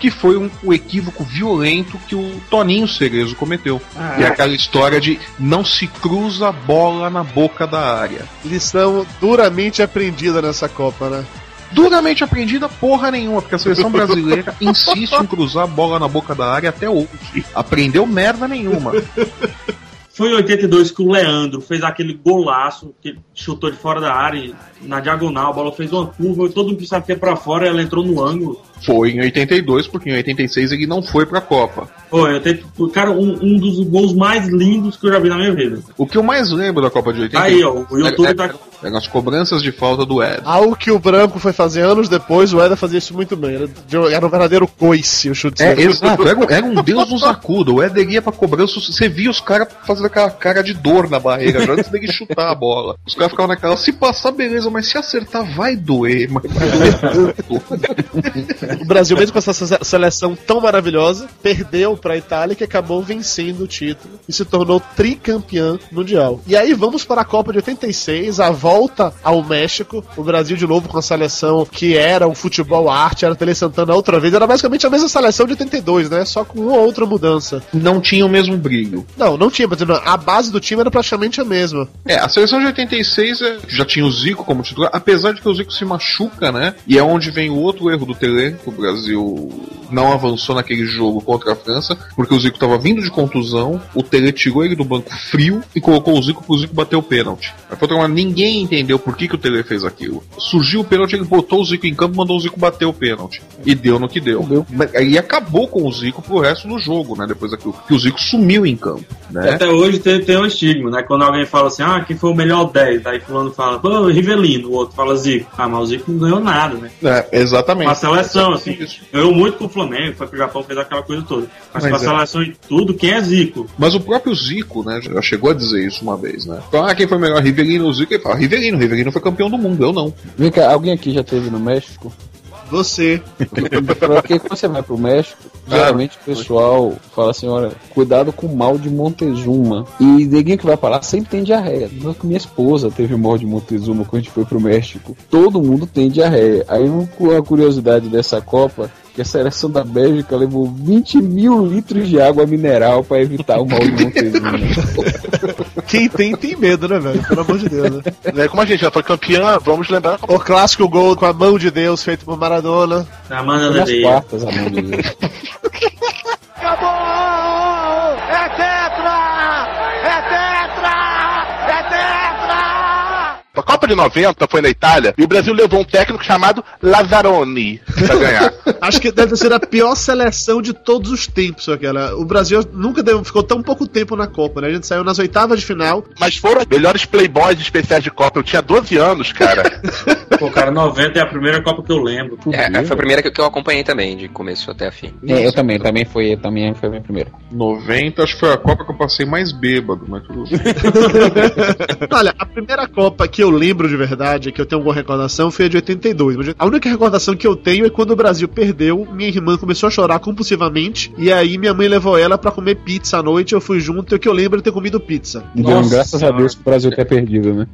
que foi o equívoco violento que o Toninho Cerezo cometeu. Que é aquela história de não se cruza a bola na boca da área. Lição duramente aprendida nessa Copa, né? Duramente aprendida porra nenhuma, porque a seleção brasileira insiste em cruzar a bola na boca da área até hoje. Aprendeu merda nenhuma. Foi em 82 que o Leandro fez aquele golaço, que chutou de fora da área, e na diagonal, a bola fez uma curva, todo mundo pensava que ia pra fora e ela entrou no ângulo. Foi em 82, porque em 86 ele não foi pra Copa. Foi, cara, um dos gols mais lindos que eu já vi na minha vida. O que eu mais lembro da Copa de 82... Aí, ó, o YouTube tá... Eram as cobranças de falta do Éder. Algo que o Branco foi fazer anos depois, o Éder fazia isso muito bem. Era um verdadeiro coice o chute. Exato, era um deus nos acuda. O Éder ia pra cobrança, você via os caras fazendo aquela cara de dor na barreira, já antes dele chutar a bola. Os caras ficavam naquela, se passar, beleza, mas se acertar, vai doer. O Brasil, mesmo com essa seleção tão maravilhosa, perdeu pra Itália, que acabou vencendo o título e se tornou tricampeão mundial. E aí vamos para a Copa de 86, a volta ao México, o Brasil de novo com a seleção que era um futebol arte, era Tele Santana outra vez, era basicamente a mesma seleção de 82, né? Só com uma outra mudança. Não tinha o mesmo brilho. Não tinha, mas a base do time era praticamente a mesma. A seleção de 86 já tinha o Zico como titular, apesar de que o Zico se machuca, né? E é onde vem o outro erro do Tele, que o Brasil não avançou naquele jogo contra a França, porque o Zico estava vindo de contusão, o Tele tirou ele do banco frio e colocou o Zico pro Zico bater o pênalti. Ninguém entendeu por que o Tele fez aquilo. Surgiu o pênalti, ele botou o Zico em campo e mandou o Zico bater o pênalti. E deu no que deu. E acabou com o Zico pro resto do jogo, né? Depois daquilo. Que o Zico sumiu em campo, né? Até hoje tem um estigma, né? Quando alguém fala assim, quem foi o melhor 10? Aí fulano fala, Rivelino, o outro fala Zico. Mas o Zico não ganhou nada, né? Exatamente. Uma seleção, assim, ganhou muito com o Flamengo, foi pro Japão, fez aquela coisa toda. Mas com a seleção e tudo, quem é Zico? Mas o próprio Zico, né, já chegou a dizer isso uma vez, né? Então, quem foi melhor, Rivelino ou Zico? Ele fala, Rivelino foi campeão do mundo, eu não. Vem cá, alguém aqui já esteve no México? Você. Porque quando você vai pro México, geralmente o pessoal fala assim, olha, cuidado com o mal de Montezuma. E ninguém que vai pra lá sempre tem diarreia. Minha esposa teve mal de Montezuma quando a gente foi pro México. Todo mundo tem diarreia. Aí uma curiosidade dessa Copa, que a seleção da Bélgica levou 20 mil litros de água mineral pra evitar o mal de Montezuma. Quem tem medo, né, velho? Pelo amor de Deus, né? Como a gente já foi campeã, vamos lembrar. O clássico gol com a mão de Deus feito por Maradona. A mão nas quartas, a mão de Deus. Acabou! É tetra! É tetra! É tetra! A Copa de 90 foi na Itália e o Brasil levou um técnico chamado Lazzaroni pra ganhar. Acho que deve ser a pior seleção de todos os tempos, aquela. O Brasil nunca ficou tão pouco tempo na Copa, né? A gente saiu nas oitavas de final. Mas foram os melhores playboys especiais de Copa. Eu tinha 12 anos, cara. Pô, cara, 90 é a primeira Copa que eu lembro. Foi a primeira que eu acompanhei também, de começo até a fim. Eu também foi a minha primeira. 90, acho que foi a Copa que eu passei mais bêbado, mas tudo bem. Olha, a primeira Copa que eu lembro de verdade, que eu tenho alguma recordação, foi a de 82. A única recordação que eu tenho é quando o Brasil perdeu, minha irmã começou a chorar compulsivamente, e aí minha mãe levou ela pra comer pizza à noite, eu fui junto, e o que eu lembro é ter comido pizza. Então, graças a Deus que o Brasil ter perdido, né?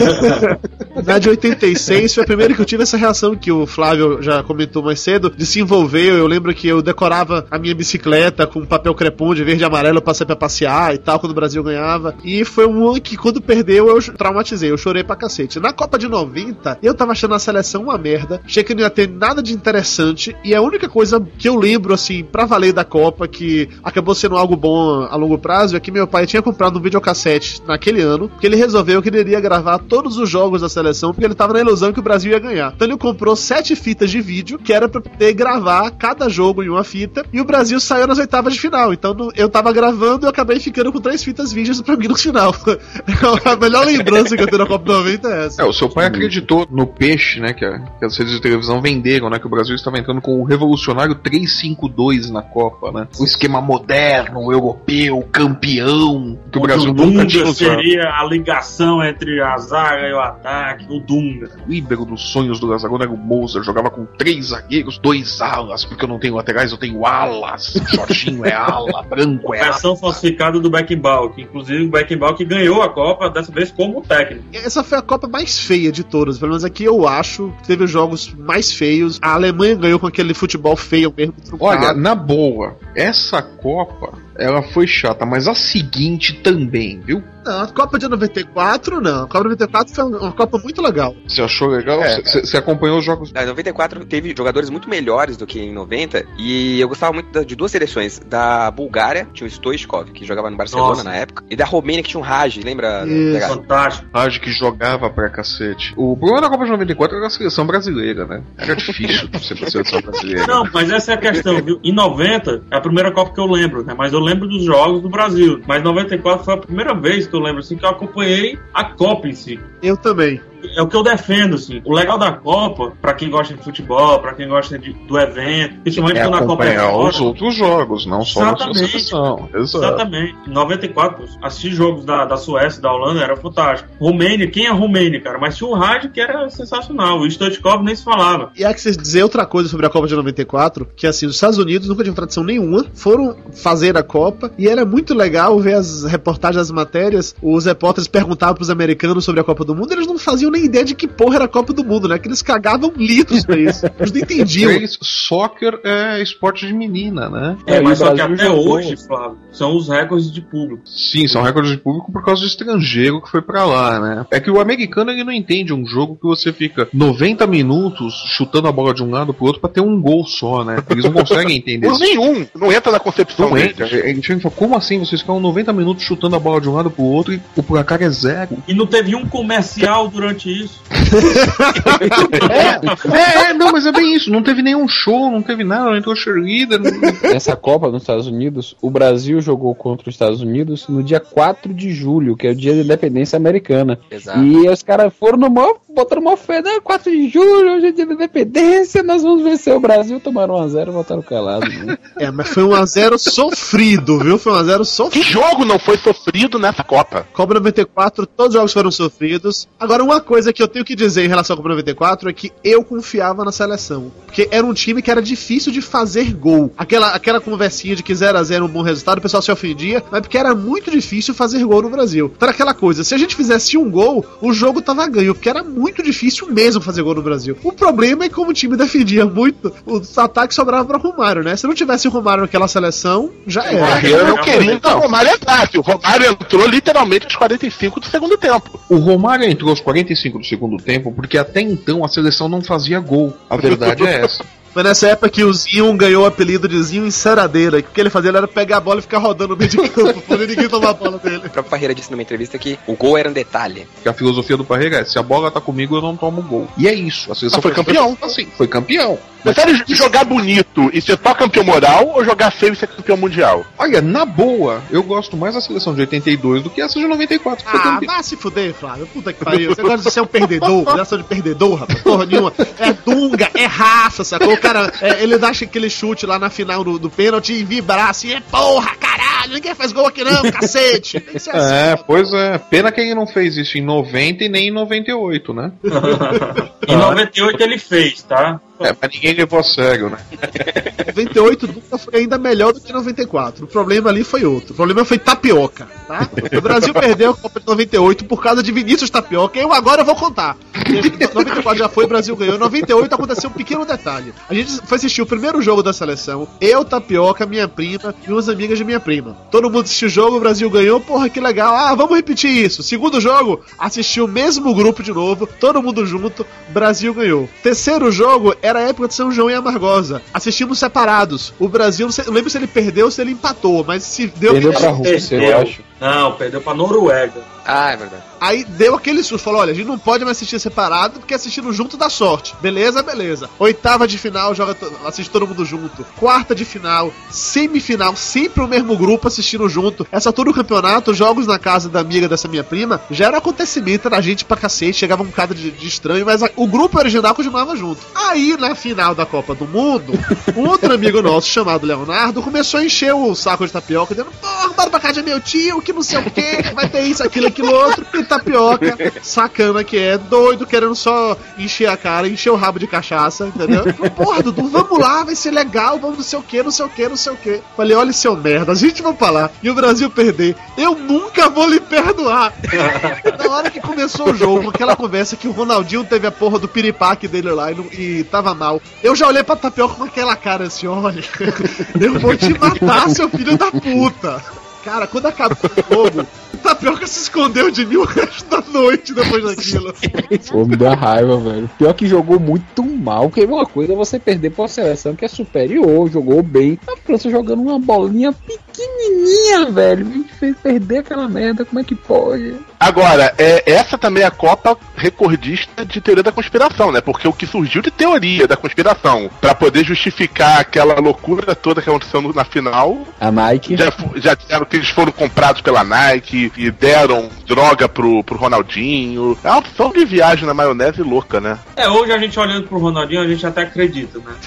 Na de 86 foi a primeira que eu tive essa reação que o Flávio já comentou mais cedo, de se envolver. Eu lembro que eu decorava a minha bicicleta com papel crepom de verde e amarelo pra sair pra passear e tal, quando o Brasil ganhava. E foi um ano que quando perdeu eu traumatizei, eu chorei pra cacete. Na Copa de 90, eu tava achando a seleção uma merda, achei que não ia ter nada de interessante, e a única coisa que eu lembro, assim, pra valer da Copa, que acabou sendo algo bom a longo prazo, é que meu pai tinha comprado um videocassete naquele ano, que ele resolveu que ele iria gravar todos os jogos da seleção, porque ele tava na ilusão que o Brasil ia ganhar. Então ele comprou 7 fitas de vídeo, que era pra poder gravar cada jogo em uma fita, e o Brasil saiu nas oitavas de final. Então eu tava gravando e eu acabei ficando com 3 fitas vídeos pra mim no final. A melhor lembrança que eu tenho da Copa 90 é essa. O seu pai acreditou no peixe, né, que as redes de televisão venderam, né, que o Brasil estava entrando com o revolucionário 3-5-2 na Copa, né? O esquema moderno, europeu, campeão, que o Brasil nunca tinha usado. Seria a ligação entre a zaga e o ataque, o Dunga. O íbero dos sonhos do Lazarone era o Mozart, jogava com 3 zagueiros, 2 alas, porque eu não tenho laterais, eu tenho alas. Jorginho é ala, Branco é ala. Versão falsificada do Beckenbauer, que inclusive o Beckenbauer que ganhou a Copa, dessa vez como técnico. Essa foi a Copa Copa mais feia de todas. Pelo menos aqui eu acho que teve os jogos mais feios. A Alemanha ganhou com aquele futebol feio mesmo. Olha, na boa, essa Copa, ela foi chata, mas a seguinte também, viu? Não, a Copa de 94 não. A Copa de 94 foi uma Copa muito legal. Você achou legal? Você acompanhou os jogos? Em 94 teve jogadores muito melhores do que em 90, e eu gostava muito de duas seleções. Da Bulgária, tinha o Stoichkov, que jogava no Barcelona na época, e da Romênia, que tinha um Raj, lembra? Fantástico. Raj que jogava pra cacete. O problema da Copa de 94 era a seleção brasileira, né? Era difícil ser pra seleção brasileira. Não, mas essa é a questão, viu? Em 90, é a primeira Copa que eu lembro, né? Mas eu lembro dos jogos do Brasil. Mas 94 foi a primeira vez que eu lembro, assim, que eu acompanhei a Copa em si. Eu também. É o que eu defendo, assim. O legal da Copa, pra quem gosta de futebol, pra quem gosta do evento, principalmente quando a Copa é fora, os outros jogos, não só a sua seleção. Exatamente. Em 94, assistir jogos da Suécia, da Holanda, era fantástico. Romênia, quem é Romênia, cara? Mas tinha o Raj, que era sensacional. O Stoichkov nem se falava. E há que vocês dizer outra coisa sobre a Copa de 94, que assim, os Estados Unidos nunca tinham tradição nenhuma, foram fazer a Copa, e era muito legal ver as reportagens, as matérias, os repórteres perguntavam pros americanos sobre a Copa do Mundo, eles não faziam nem ideia de que porra era a Copa do Mundo, né? Que eles cagavam litros pra isso. Eles não entendiam. Eles, soccer é esporte de menina, né? Mas só que até hoje, Flávio, são os recordes de público. Sim, são recordes de público por causa do estrangeiro que foi pra lá, né? É que o americano, ele não entende um jogo que você fica 90 minutos chutando a bola de um lado pro outro pra ter um gol só, né? Eles não conseguem entender isso. Nenhum, não entra na concepção dele. A gente fala, como assim vocês ficam 90 minutos chutando a bola de um lado pro outro e o placar é 0? E não teve um comercial durante isso. Não, mas é bem isso. Não teve nenhum show, não teve nada, não entrou cheerleader. Nessa Copa nos Estados Unidos, o Brasil jogou contra os Estados Unidos no dia 4 de julho, que é o dia da independência americana. Exato. E os caras foram botaram uma fé, né? 4 de julho, hoje é dia da independência, nós vamos vencer o Brasil, tomaram 1-0 e voltaram calados. Né? Mas foi 1-0 sofrido, viu? Foi 1-0 sofrido. Que jogo não foi sofrido nessa Copa? Copa 94, todos os jogos foram sofridos. Agora, uma coisa que eu tenho que dizer em relação à Copa 94 é que eu confiava na seleção. Porque era um time que era difícil de fazer gol. Aquela conversinha de que 0-0 é um bom resultado, o pessoal se ofendia, mas porque era muito difícil fazer gol no Brasil. Então era aquela coisa, se a gente fizesse um gol, o jogo tava ganho, porque era muito difícil mesmo fazer gol no Brasil. O problema é que como o time defendia muito, os ataques sobravam pra Romário, né? Se não tivesse o Romário naquela seleção, já era. Eu não queria que o Romário entrasse. O Romário entrou literalmente aos 45 do segundo tempo. O Romário entrou aos 45 do segundo tempo porque até então a seleção não fazia gol. A verdade é essa. Foi nessa época que o Zinho ganhou o apelido de Zinho Enceradeira. Que o que ele fazia era pegar a bola e ficar rodando no meio de campo, pra ninguém tomar a bola dele. O próprio Parreira disse numa entrevista que o gol era um detalhe. Que a filosofia do Parreira é: se a bola tá comigo, eu não tomo gol. E é isso. A seleção foi campeão. Assim, foi campeão. Prefere jogar bonito e ser só campeão moral ou jogar feio e ser campeão mundial? Olha, na boa, eu gosto mais da seleção de 82 do que essa de 94. Que foi campeão. Vai se fuder, Flávio. Puta que pariu. Você gosta de ser um perdedor, geração de perdedor, rapaz. Porra nenhuma. É dunga, é raça, sacou? O cara, ele dá aquele chute lá na final do pênalti e vibrar assim, porra, caralho, ninguém faz gol aqui não, cacete. Tem que ser assim. Pois é. Pena que ele não fez isso em 90 e nem em 98, né? Em 98 ele fez, tá? Mas ninguém levou a sério, né? 98 nunca foi ainda melhor do que 94. O problema ali foi outro. O problema foi Tapioca, tá? O Brasil perdeu a Copa de 98 por causa de Vinícius Tapioca. Agora eu vou contar. 94 já foi, o Brasil ganhou. Em 98 aconteceu um pequeno detalhe. A gente foi assistir o primeiro jogo da seleção. Eu, Tapioca, minha prima e umas amigas de minha prima. Todo mundo assistiu o jogo, o Brasil ganhou. Porra, que legal. Vamos repetir isso. Segundo jogo, assistiu o mesmo grupo de novo. Todo mundo junto. Brasil ganhou. Terceiro jogo, era a época de São João e Amargosa. Assistimos separados. O Brasil, não lembro se ele perdeu ou se ele empatou, mas se deu... Perdeu pra Rússia, eu acho. Não, perdeu pra Noruega. É verdade. Aí deu aquele susto, falou, olha, a gente não pode mais assistir separado, porque assistindo junto dá sorte. Beleza, beleza. Oitava de final, assiste todo mundo junto. Quarta de final, semifinal, sempre o mesmo grupo assistindo junto. Essa altura do campeonato, jogos na casa da amiga dessa minha prima, já era acontecimento, era gente pra cacete, chegava um bocado de estranho, mas o grupo original continuava junto. Aí, na final da Copa do Mundo, um outro amigo nosso, chamado Leonardo, começou a encher o saco de Tapioca, dizendo, porra, bora pra casa de meu tio, que não sei o que vai ter isso, aquilo, outro, e Tapioca, sacana que é, doido, querendo só encher a cara, encher o rabo de cachaça, entendeu? Porra, Dudu, vamos lá, vai ser legal, vamos não sei o que. Falei, olha seu merda, a gente vai pra lá, e o Brasil perder, eu nunca vou lhe perdoar. Na hora que começou o jogo, aquela conversa que o Ronaldinho teve a porra do piripaque dele lá e tava mal, eu já olhei pra Tapioca com aquela cara assim, olha, eu vou te matar, seu filho da puta. Cara, quando acabou o jogo, o Tapioca se escondeu de mim o resto da noite depois daquilo. Pô, me dá raiva, velho. Pior que jogou muito mal, porque uma coisa é você perder pra uma seleção que é superior, jogou bem. A França jogando uma bolinha pequenininha, velho. Me fez perder aquela merda, como é que pode? Agora, essa também é a Copa recordista de teoria da conspiração, né? Porque o que surgiu de teoria da conspiração pra poder justificar aquela loucura toda que aconteceu na final... A Nike... Já disseram que eles foram comprados pela Nike e deram droga pro Ronaldinho. É uma opção de viagem na maionese louca, né? Hoje a gente olhando pro Ronaldinho, a gente até acredita, né?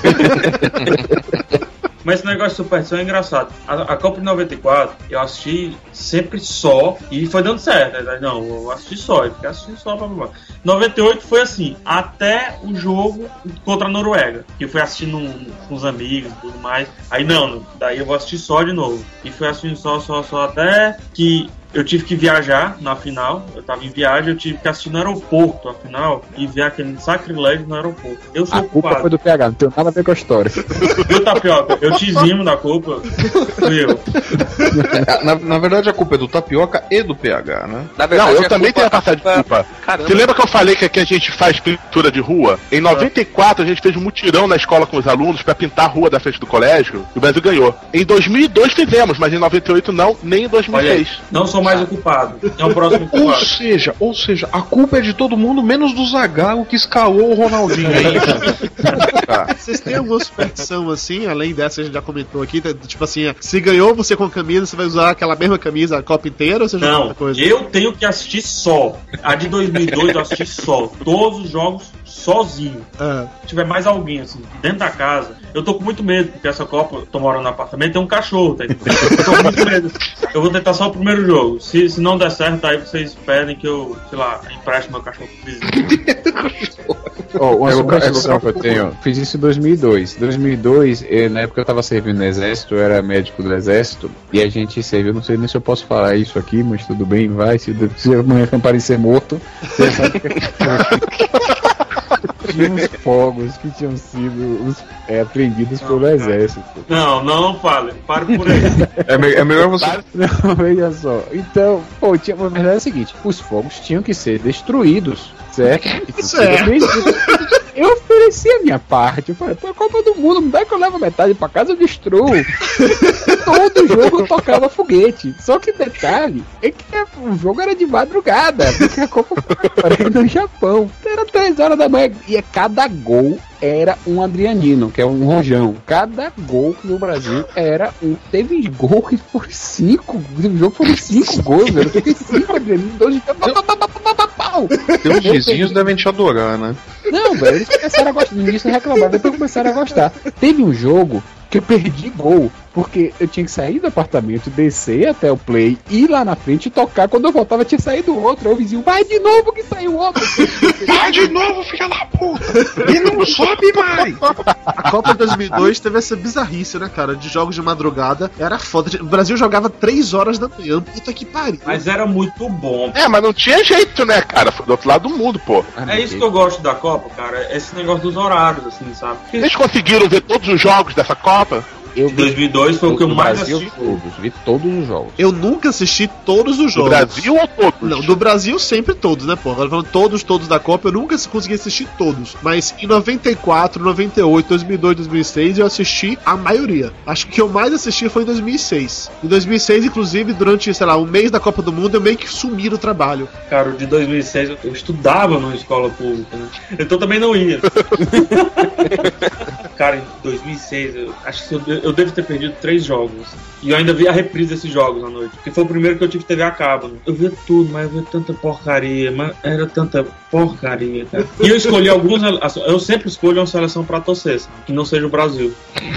Mas esse negócio de superstição é engraçado. A Copa de 94, eu assisti sempre só, e foi dando certo. Né? Não, eu assisti só, eu fiquei assistindo só. 98 foi assim, até o jogo contra a Noruega, que eu fui assistindo com os amigos e tudo mais. Aí não, daí eu vou assistir só de novo. E fui assistindo só até que... Eu tive que viajar na final, eu tava em viagem, eu tive que assistir no aeroporto a final e ver aquele sacrilégio no aeroporto. Eu sou a culpa foi do PH, não tem nada a ver com a história. Viu, Tapioca? Eu te eximo da culpa, fui eu. Na verdade, a culpa é do Tapioca e do PH, né? Na verdade, não, eu também tenho a passar de culpa. Caramba. Você lembra que eu falei que aqui a gente faz pintura de rua? Em 94, a gente fez um mutirão na escola com os alunos pra pintar a rua da frente do colégio e o Brasil ganhou. Em 2002 fizemos, mas em 98 não, nem em 2006. Olha, não sou mais o culpado. É o próximo culpado. Ou seja, a culpa é de todo mundo, menos do Zagallo que escalou o Ronaldinho. É isso? Vocês têm alguma superstição assim, além dessa que a gente já comentou aqui, tipo assim, se ganhou você com a camisa, você vai usar aquela mesma camisa a Copa inteira ou você já não, coisa? Eu tenho que assistir só. A de 2002 eu assisti só. Todos os jogos sozinho. Se tiver mais alguém assim, dentro da casa, eu tô com muito medo, porque essa Copa, eu tô morando no apartamento, tem um cachorro, tá? Eu tô com muito medo. Eu vou tentar só o primeiro jogo. Se não der certo, aí vocês pedem que eu, sei lá, empreste meu cachorro pro vizinho. Uma superstição que eu tenho, fiz isso em 2002. 2002, na época eu tava servindo no exército, eu era médico do exército, e a gente serviu, não sei nem se eu posso falar isso aqui, mas tudo bem, vai, se amanhã eu parecer morto, você sabe que... Tinha uns fogos que tinham sido apreendidos pelo exército. Não fale, pare por aí. É melhor você... Não, veja só. Então, a verdade é a seguinte, os fogos tinham que ser destruídos, certo? Eu ofereci a minha parte. Eu falei, pô, a Copa do Mundo, não dá que eu levo metade pra casa, eu destruo. Todo jogo eu tocava foguete. Só que detalhe é que o jogo era de madrugada, porque a Copa foi no Japão. Era 3 horas da manhã e cada gol era um Adrianino, que é um rojão. Cada gol no Brasil era um. Teve gol que foram 5. O jogo foram 5 gols, velho. Eu fiquei 5 Adrianinos, 12 Teus vizinhos devem te adorar, né? Não, velho, eles começaram a gostar. No início reclamavam, depois começaram a gostar. Teve um jogo que eu perdi gol, porque eu tinha que sair do apartamento, descer até o play, ir lá na frente e tocar. Quando eu voltava, tinha saído outro. Aí o vizinho, vai de novo que saiu outro. Vai de novo, filha da puta! E não sobe mais! A Copa de 2002 teve essa bizarrice, né, cara? De jogos de madrugada. Era foda. O Brasil jogava 3 horas da manhã. Puta que pariu. Mas era muito bom. Mas não tinha jeito, né, cara? Foi do outro lado do mundo, pô. É isso que eu gosto da Copa, cara. Esse negócio dos horários, assim, sabe? Vocês conseguiram ver todos os jogos dessa Copa? Eu 2002 foi o que eu mais assisti. Vi todos os jogos. Eu nunca assisti todos os jogos. Do Brasil ou todos? Não, do Brasil sempre todos, né, pô? Agora falando todos da Copa, eu nunca consegui assistir todos. Mas em 94, 98, 2002, 2006, eu assisti a maioria. Acho que o que eu mais assisti foi em 2006. Em 2006, inclusive, durante, sei lá, um mês da Copa do Mundo, eu meio que sumi do trabalho. Cara, o de 2006 eu estudava numa escola pública, né? Então também não ia. Cara, em 2006, eu acho que eu devo ter perdido 3 jogos. E eu ainda vi a reprise desses jogos à noite. Porque foi o primeiro que eu tive TV a cabo. Né? Eu vi tudo, mas eu vi tanta porcaria. Mas era tanta porcaria, cara. E eu escolhi alguns. Eu sempre escolho uma seleção pra torcer, sabe? Que não seja o Brasil.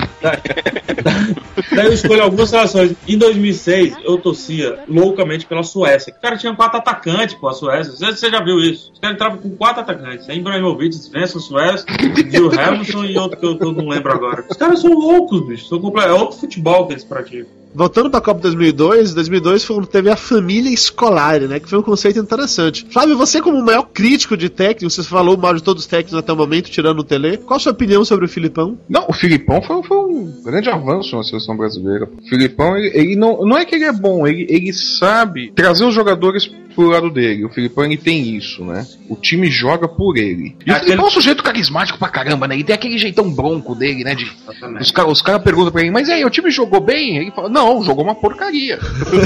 Daí eu escolhi algumas seleções. Em 2006, eu torcia loucamente pela Suécia. O cara tinha 4 atacantes, pô, a Suécia. Você já viu isso? Os caras entravam com 4 atacantes. Ibrahimovic, Svensson, Suécia, Gil Hamilton e outro que eu não lembro agora. Os caras são loucos, bicho. É outro futebol que eles praticam. Voltando pra Copa 2002 foi quando teve a família escolar, né? Que foi um conceito interessante. Flávio, você como o maior crítico de técnico, você falou mal de todos os técnicos até o momento, tirando o Tele. Qual a sua opinião sobre o Filipão? Não, o Filipão foi um grande avanço na seleção brasileira. O Filipão, ele não é que ele é bom, ele sabe trazer os jogadores pro lado dele. O Filipão, ele tem isso, né? O time joga por ele. E o Filipão é um sujeito carismático pra caramba, né? Ele tem aquele jeitão bronco dele, né? Os caras perguntam pra ele, mas aí, o time jogou bem? Ele fala, não, jogou uma porcaria.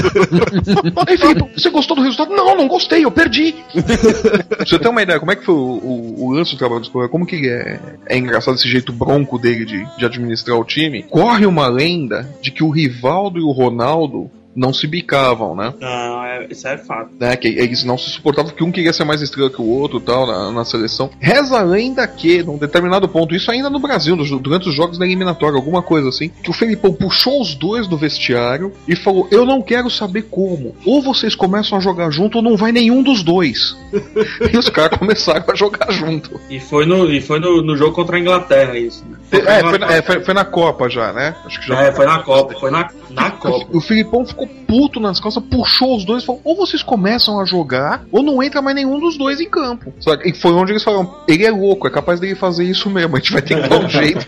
Aí, Filipão, você gostou do resultado? Não gostei, eu perdi. Pra você ter uma ideia, como é que foi o lance do trabalho do escolar? Como que ele é engraçado esse jeito bronco dele de administrar o time? Corre uma lenda de que o Rivaldo e o Ronaldo não se bicavam, né? Não, isso é fato. Né? Que eles não se suportavam, porque um queria ser mais estrela que o outro tal, na seleção. Reza a lenda que, num determinado ponto, isso ainda no Brasil, durante os jogos da eliminatória, alguma coisa assim, que o Felipão puxou os dois do vestiário e falou, eu não quero saber como. Ou vocês começam a jogar junto ou não vai nenhum dos dois. E os caras começaram a jogar junto. E foi no jogo contra a Inglaterra isso, né? Foi na Copa já, né? Acho que já foi na Copa. Foi na Copa. O Felipão ficou puto nas costas, puxou os dois e falou, ou vocês começam a jogar, ou não entra mais nenhum dos dois em campo. Sabe? E foi onde eles falaram, ele é louco, é capaz dele fazer isso mesmo, a gente vai ter que dar um jeito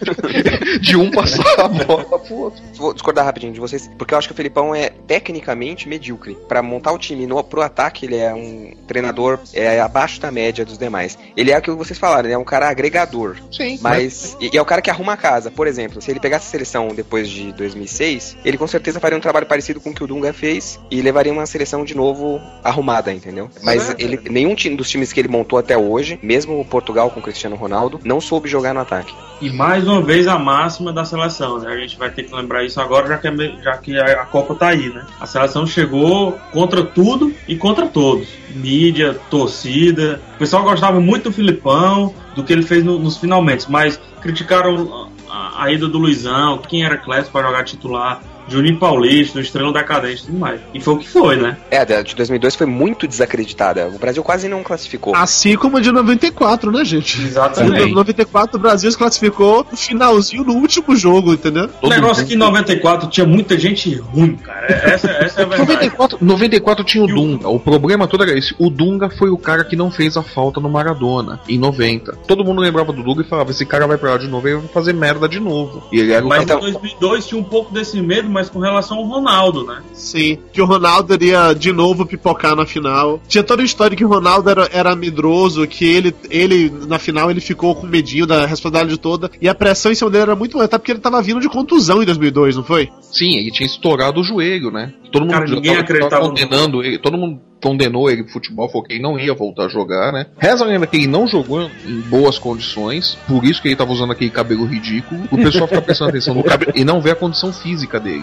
de um passar a bola pro outro. Vou discordar rapidinho de vocês, porque eu acho que o Felipão é tecnicamente medíocre. Pra montar o time pro ataque, ele é um treinador abaixo da média dos demais. Ele é aquilo que vocês falaram, ele é um cara agregador. Sim. Mas e é o cara que arruma a casa. Por exemplo, se ele pegasse a seleção depois de 2006, ele com certeza faria um trabalho parecido com o que o Dunga fez e levaria uma seleção de novo arrumada, entendeu? Mas nenhum dos times que ele montou até hoje, mesmo o Portugal com o Cristiano Ronaldo, não soube jogar no ataque. E mais uma vez a máxima da seleção, né? A gente vai ter que lembrar isso agora, já que a Copa tá aí, né? A seleção chegou contra tudo e contra todos. Mídia, torcida. O pessoal gostava muito do Filipão, do que ele fez nos finalmente, mas criticaram a ida do Luizão, quem era Clécio para jogar titular, Juninho Paulista, Estrela Decadente e tudo mais. E foi o que foi, né? A de 2002 foi muito desacreditada. O Brasil quase não classificou. Assim como a de 94, né, gente? Exatamente. Em 94 o Brasil se classificou no finalzinho, no último jogo, entendeu? O negócio é que em 94 tinha muita gente ruim, cara. Essa é a verdade. 94 tinha o Dunga. O problema todo era esse. O Dunga foi o cara que não fez a falta no Maradona, em 90. Todo mundo lembrava do Dunga e falava, esse cara vai pra lá de novo e vai fazer merda de novo. E ele era o Mas em 2002 tinha um pouco desse medo, mas com relação ao Ronaldo, né? Sim, que o Ronaldo iria de novo pipocar na final. Tinha toda a história que o Ronaldo era medroso, que ele na final ele ficou com medinho da responsabilidade toda, e a pressão em cima dele era muito até porque ele tava vindo de contusão em 2002, não foi? Sim, ele tinha estourado o joelho, né? Todo mundo ninguém acreditava condenando ele, todo mundo condenou ele pro futebol, falou que ele não ia voltar a jogar, né? Reza a lenda que ele não jogou em boas condições, por isso que ele tava usando aquele cabelo ridículo. O pessoal fica prestando atenção no cabelo e não vê a condição física dele.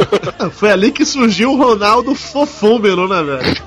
Foi ali que surgiu o Ronaldo fofômeno, né, velho?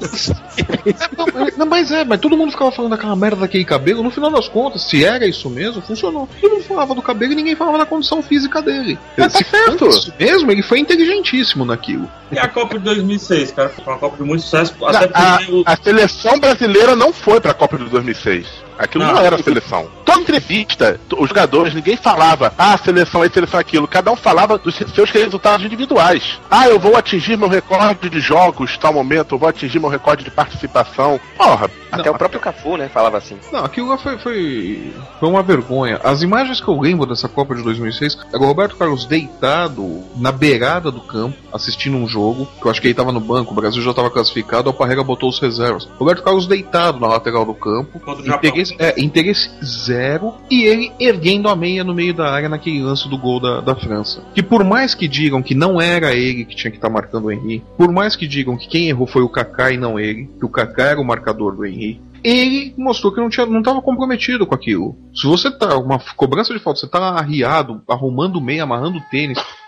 Mas todo mundo ficava falando daquela merda daquele cabelo, no final das contas, se era isso mesmo, funcionou. Todo mundo falava do cabelo e ninguém falava da condição física dele. Se certo. Isso mesmo, ele foi inteligentíssimo naquilo. E a Copa de 2006, cara, foi uma Copa de muito sucesso. A seleção brasileira não foi pra Copa de 2006. Aquilo não era a seleção. Toda entrevista, os jogadores, ninguém falava, seleção é seleção aquilo. Cada um falava dos seus resultados individuais. Eu vou atingir meu recorde de jogos, tal momento, eu vou atingir meu recorde de participação. Porra. Até o próprio Cafu, né, falava assim. Não, aquilo lá foi uma vergonha. As imagens que eu lembro dessa Copa de 2006 era o Roberto Carlos deitado na beirada do campo, assistindo um jogo, que eu acho que ele tava no banco, o Brasil já estava classificado, o Parreira botou os reservas. Roberto Carlos deitado na lateral do campo, interesse zero, e ele erguendo a meia no meio da área naquele lance do gol da França. Que por mais que digam que não era ele que tinha que estar marcando o Henry, por mais que digam que quem errou foi o Kaká e não ele, que o Kaká era o marcador do Henry, ele mostrou que não estava comprometido com aquilo. Se você tá, uma cobrança de falta, você tá arriado, arrumando meia, amarrando tênis,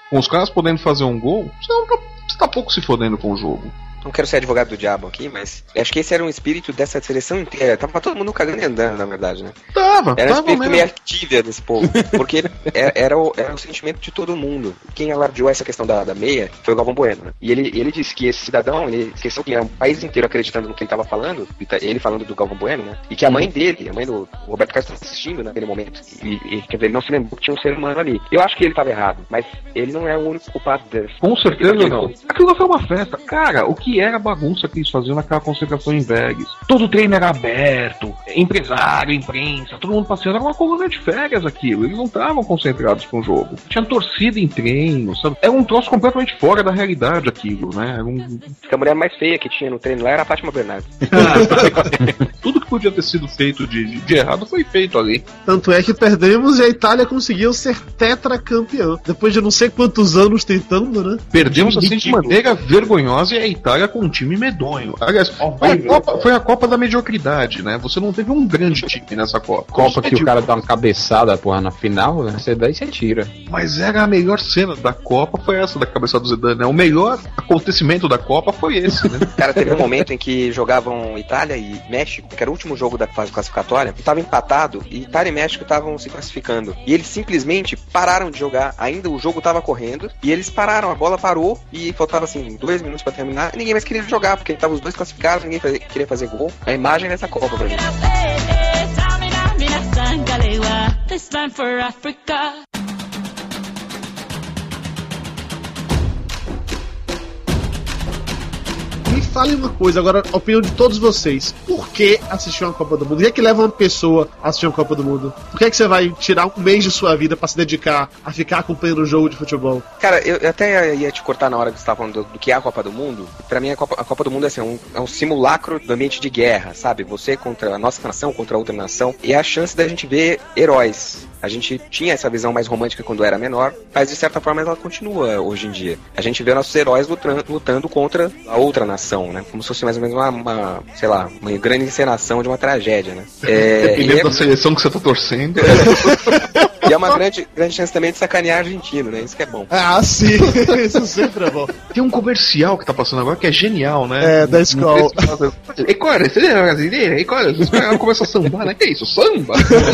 Com os caras podendo fazer um gol, você tá pouco se fodendo com o jogo. Não quero ser advogado do diabo aqui, mas acho que esse era um espírito dessa seleção inteira. Tava todo mundo cagando e andando, na verdade, né? Era um espírito mesmo. meio activia desse povo. Porque era o sentimento de todo mundo. Quem alardeou essa questão da meia foi o Galvão Bueno, né? E ele disse que esse cidadão, ele esqueceu que era um país inteiro acreditando no que ele tava falando, ele falando do Galvão Bueno, né? E que a mãe dele, a mãe do Roberto Carlos, estava assistindo naquele momento. E quer dizer, ele não se lembrou que tinha um ser humano ali. Eu acho que ele tava errado, mas ele não é o único culpado dele. Com certeza não. Aquilo foi uma festa. Cara, o que era a bagunça que eles faziam naquela concentração em Vegas? Todo treino era aberto, empresário, imprensa, todo mundo passeando. Era uma coluna de férias aquilo. Eles não estavam concentrados com o jogo. Tinha torcida em treino, sabe? Era um troço completamente fora da realidade aquilo, né? A mulher mais feia que tinha no treino lá era a Fátima Bernardes. Tudo que podia ter sido feito de errado foi feito ali. Tanto é que perdemos e a Itália conseguiu ser tetracampeã. Depois de não sei quantos anos tentando, né? Perdemos assim de maneira vergonhosa e a Itália com um time medonho. Aliás, foi a Copa da mediocridade, né? Você não teve um grande time nessa Copa. Copa que o cara dá uma cabeçada, porra, na final, né? Daí você tira. Mas era a melhor cena da Copa, foi essa da cabeçada do Zidane, né? O melhor acontecimento da Copa foi esse, né? Cara, teve um momento em que jogavam Itália e México, que era o último jogo da fase classificatória, tava empatado e Itália e México estavam se classificando. E eles simplesmente pararam de jogar, ainda o jogo tava correndo, e eles pararam, a bola parou e faltava assim 2 minutos pra terminar, e ninguém mais queria jogar, porque estavam os dois classificados, ninguém queria fazer gol. A imagem dessa Copa pra mim. Me falem uma coisa, agora, a opinião de todos vocês. Por que assistir uma Copa do Mundo? O que é que leva uma pessoa a assistir uma Copa do Mundo? Por que é que você vai tirar um mês de sua vida pra se dedicar a ficar acompanhando o jogo de futebol? Cara, eu até ia te cortar na hora que você estava falando do que é a Copa do Mundo. Pra mim, a Copa do Mundo é, assim, é um simulacro do ambiente de guerra, sabe? Você contra a nossa nação, contra outra nação. E é a chance da gente ver heróis. A gente tinha essa visão mais romântica quando era menor, mas de certa forma ela continua hoje em dia. A gente vê nossos heróis lutando contra a outra nação, né? Como se fosse mais ou menos uma grande encenação de uma tragédia, né? Dependendo da seleção que você tá torcendo. E é uma grande chance também de sacanear argentino, né? Isso que é bom. Ah, sim. Isso sempre é bom. Tem um comercial que tá passando agora que é genial, né? É, da escola. E cara, você é brasileira? E cara, os caras começam a sambar, né? Que é isso? Samba?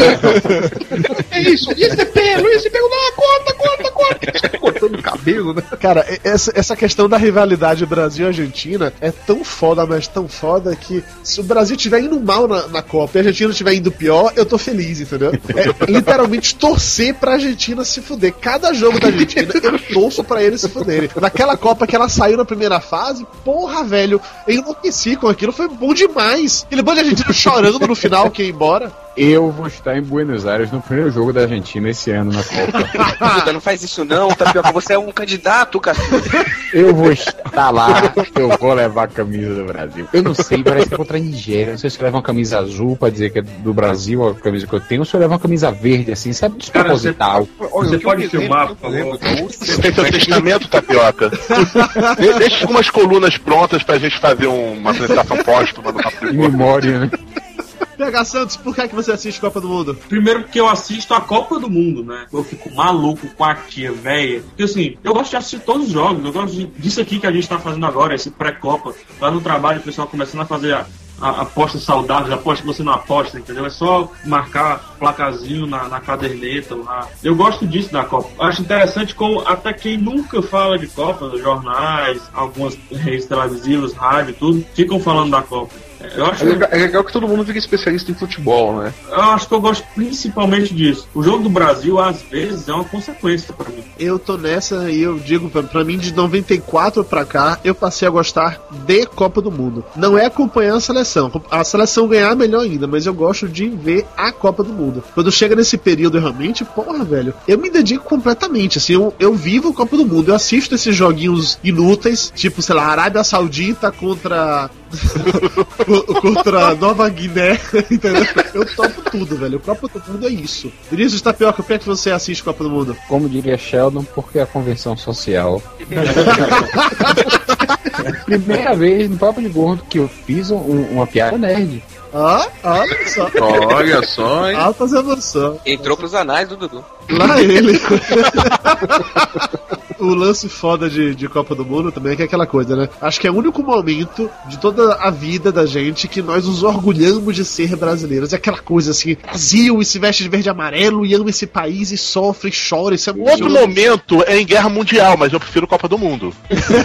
É isso? E esse pelo? Não, corta! Cortando o cabelo, né? Cara, essa questão da rivalidade Brasil-Argentina é tão foda, mas tão foda que se o Brasil estiver indo mal na Copa e a Argentina estiver indo pior, eu tô feliz, entendeu? É literalmente torcer pra Argentina se fuder. Cada jogo da Argentina eu torço pra eles se fuderem. Naquela Copa que ela saiu na primeira fase, porra, velho, eu enlouqueci com aquilo, foi bom demais. Aquele bando de argentino chorando no final que ia embora. Eu vou estar em Buenos Aires no primeiro jogo da Argentina esse ano na Copa. Puta, não faz isso não, Tapioca, você é um candidato, cara. Eu vou estar lá, eu vou levar a camisa do Brasil. Eu não sei, parece que é contra a Nigéria. Não sei se eu levo uma camisa azul pra dizer que é do Brasil a camisa que eu tenho, ou se eu levo uma camisa verde, assim, sabe, desproposital. Você pode filmar, por favor? Você tem seu testamento, Tapioca? Deixa algumas colunas prontas pra gente fazer uma apresentação póstuma do Papo de Gordo. Em memória, né? PH Santos, por que é que você assiste Copa do Mundo? Primeiro porque eu assisto a Copa do Mundo, né? Eu fico maluco com a tia velha. Porque assim, eu gosto de assistir todos os jogos. Eu gosto disso aqui que a gente tá fazendo agora, esse pré-Copa. Lá no trabalho o pessoal começando a fazer apostas saudáveis, aposta que você não aposta, entendeu? É só marcar placazinho na caderneta lá. Eu gosto disso da Copa. Acho interessante como até quem nunca fala de Copa, jornais, algumas redes televisivas, rádio, tudo, ficam falando da Copa. É legal que todo mundo fica especialista em futebol, né? Eu acho que eu gosto principalmente disso. O jogo do Brasil, às vezes, é uma consequência pra mim. Eu tô nessa e eu digo, pra mim, de 94 pra cá, eu passei a gostar de Copa do Mundo. Não é acompanhar a seleção. A seleção ganhar melhor ainda, mas eu gosto de ver a Copa do Mundo. Quando chega nesse período, realmente, porra, velho, eu me dedico completamente, assim, eu vivo a Copa do Mundo. Eu assisto esses joguinhos inúteis, tipo, sei lá, Arábia Saudita contra Nova Guiné, entendeu? Eu topo tudo, velho. Copa do Mundo é isso. Vinícius Tapioca, por que é que você assiste Copa do Mundo? Como diria Sheldon, porque é a convenção social. Primeira vez no Papo de Gordo que eu fiz uma piada nerd. Olha só. Olha só, hein? Altas emoções. Entrou pros anais do Dudu. Lá ele. O lance foda de Copa do Mundo também é que é aquela coisa, né? Acho que é o único momento de toda a vida da gente que nós nos orgulhamos de ser brasileiros. É aquela coisa assim, Brasil e se veste de verde e amarelo e ama esse país e sofre e chora. Isso é muito Outro momento é em Guerra Mundial, mas eu prefiro Copa do Mundo.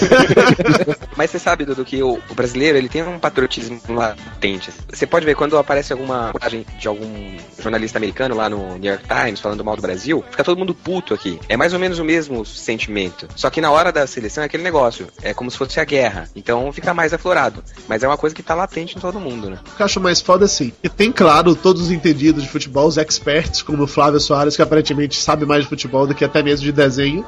Mas você sabe, Dudu, que o brasileiro ele tem um patriotismo latente. Você pode ver quando aparece alguma reportagem de algum jornalista americano lá no New York Times falando mal do Brasil, fica todo mundo puto aqui. É mais ou menos o mesmo sentimento. Só que na hora da seleção é aquele negócio. É como se fosse a guerra. Então fica mais aflorado. Mas é uma coisa que tá latente em todo mundo, né? O que eu acho mais foda assim. E tem, claro, todos os entendidos de futebol, os experts, como o Flávio Soares, que aparentemente sabe mais de futebol do que até mesmo de desenho.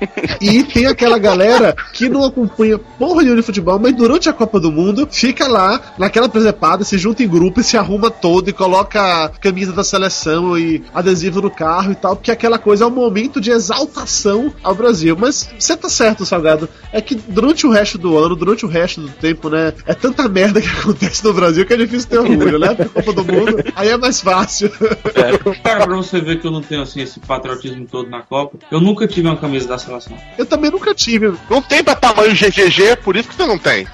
E tem aquela galera que não acompanha porra nenhuma de futebol, mas durante a Copa do Mundo fica lá, naquela presepada, se junta em grupo e se arruma todo e coloca a camisa da seleção e adesivo no carro e tal, porque aquela coisa é um momento de exaltação ao Brasil. Mas você tá certo, Salgado, é que durante o resto do ano, durante o resto do tempo, né, é tanta merda que acontece no Brasil que é difícil ter orgulho, né? Porque Copa do Mundo, aí é mais fácil. Cara, pra você ver que eu não tenho assim esse patriotismo todo na Copa, eu nunca tive uma camisa da seleção. Eu também nunca tive. Não tem pra tamanho GGG, por isso que você não tem.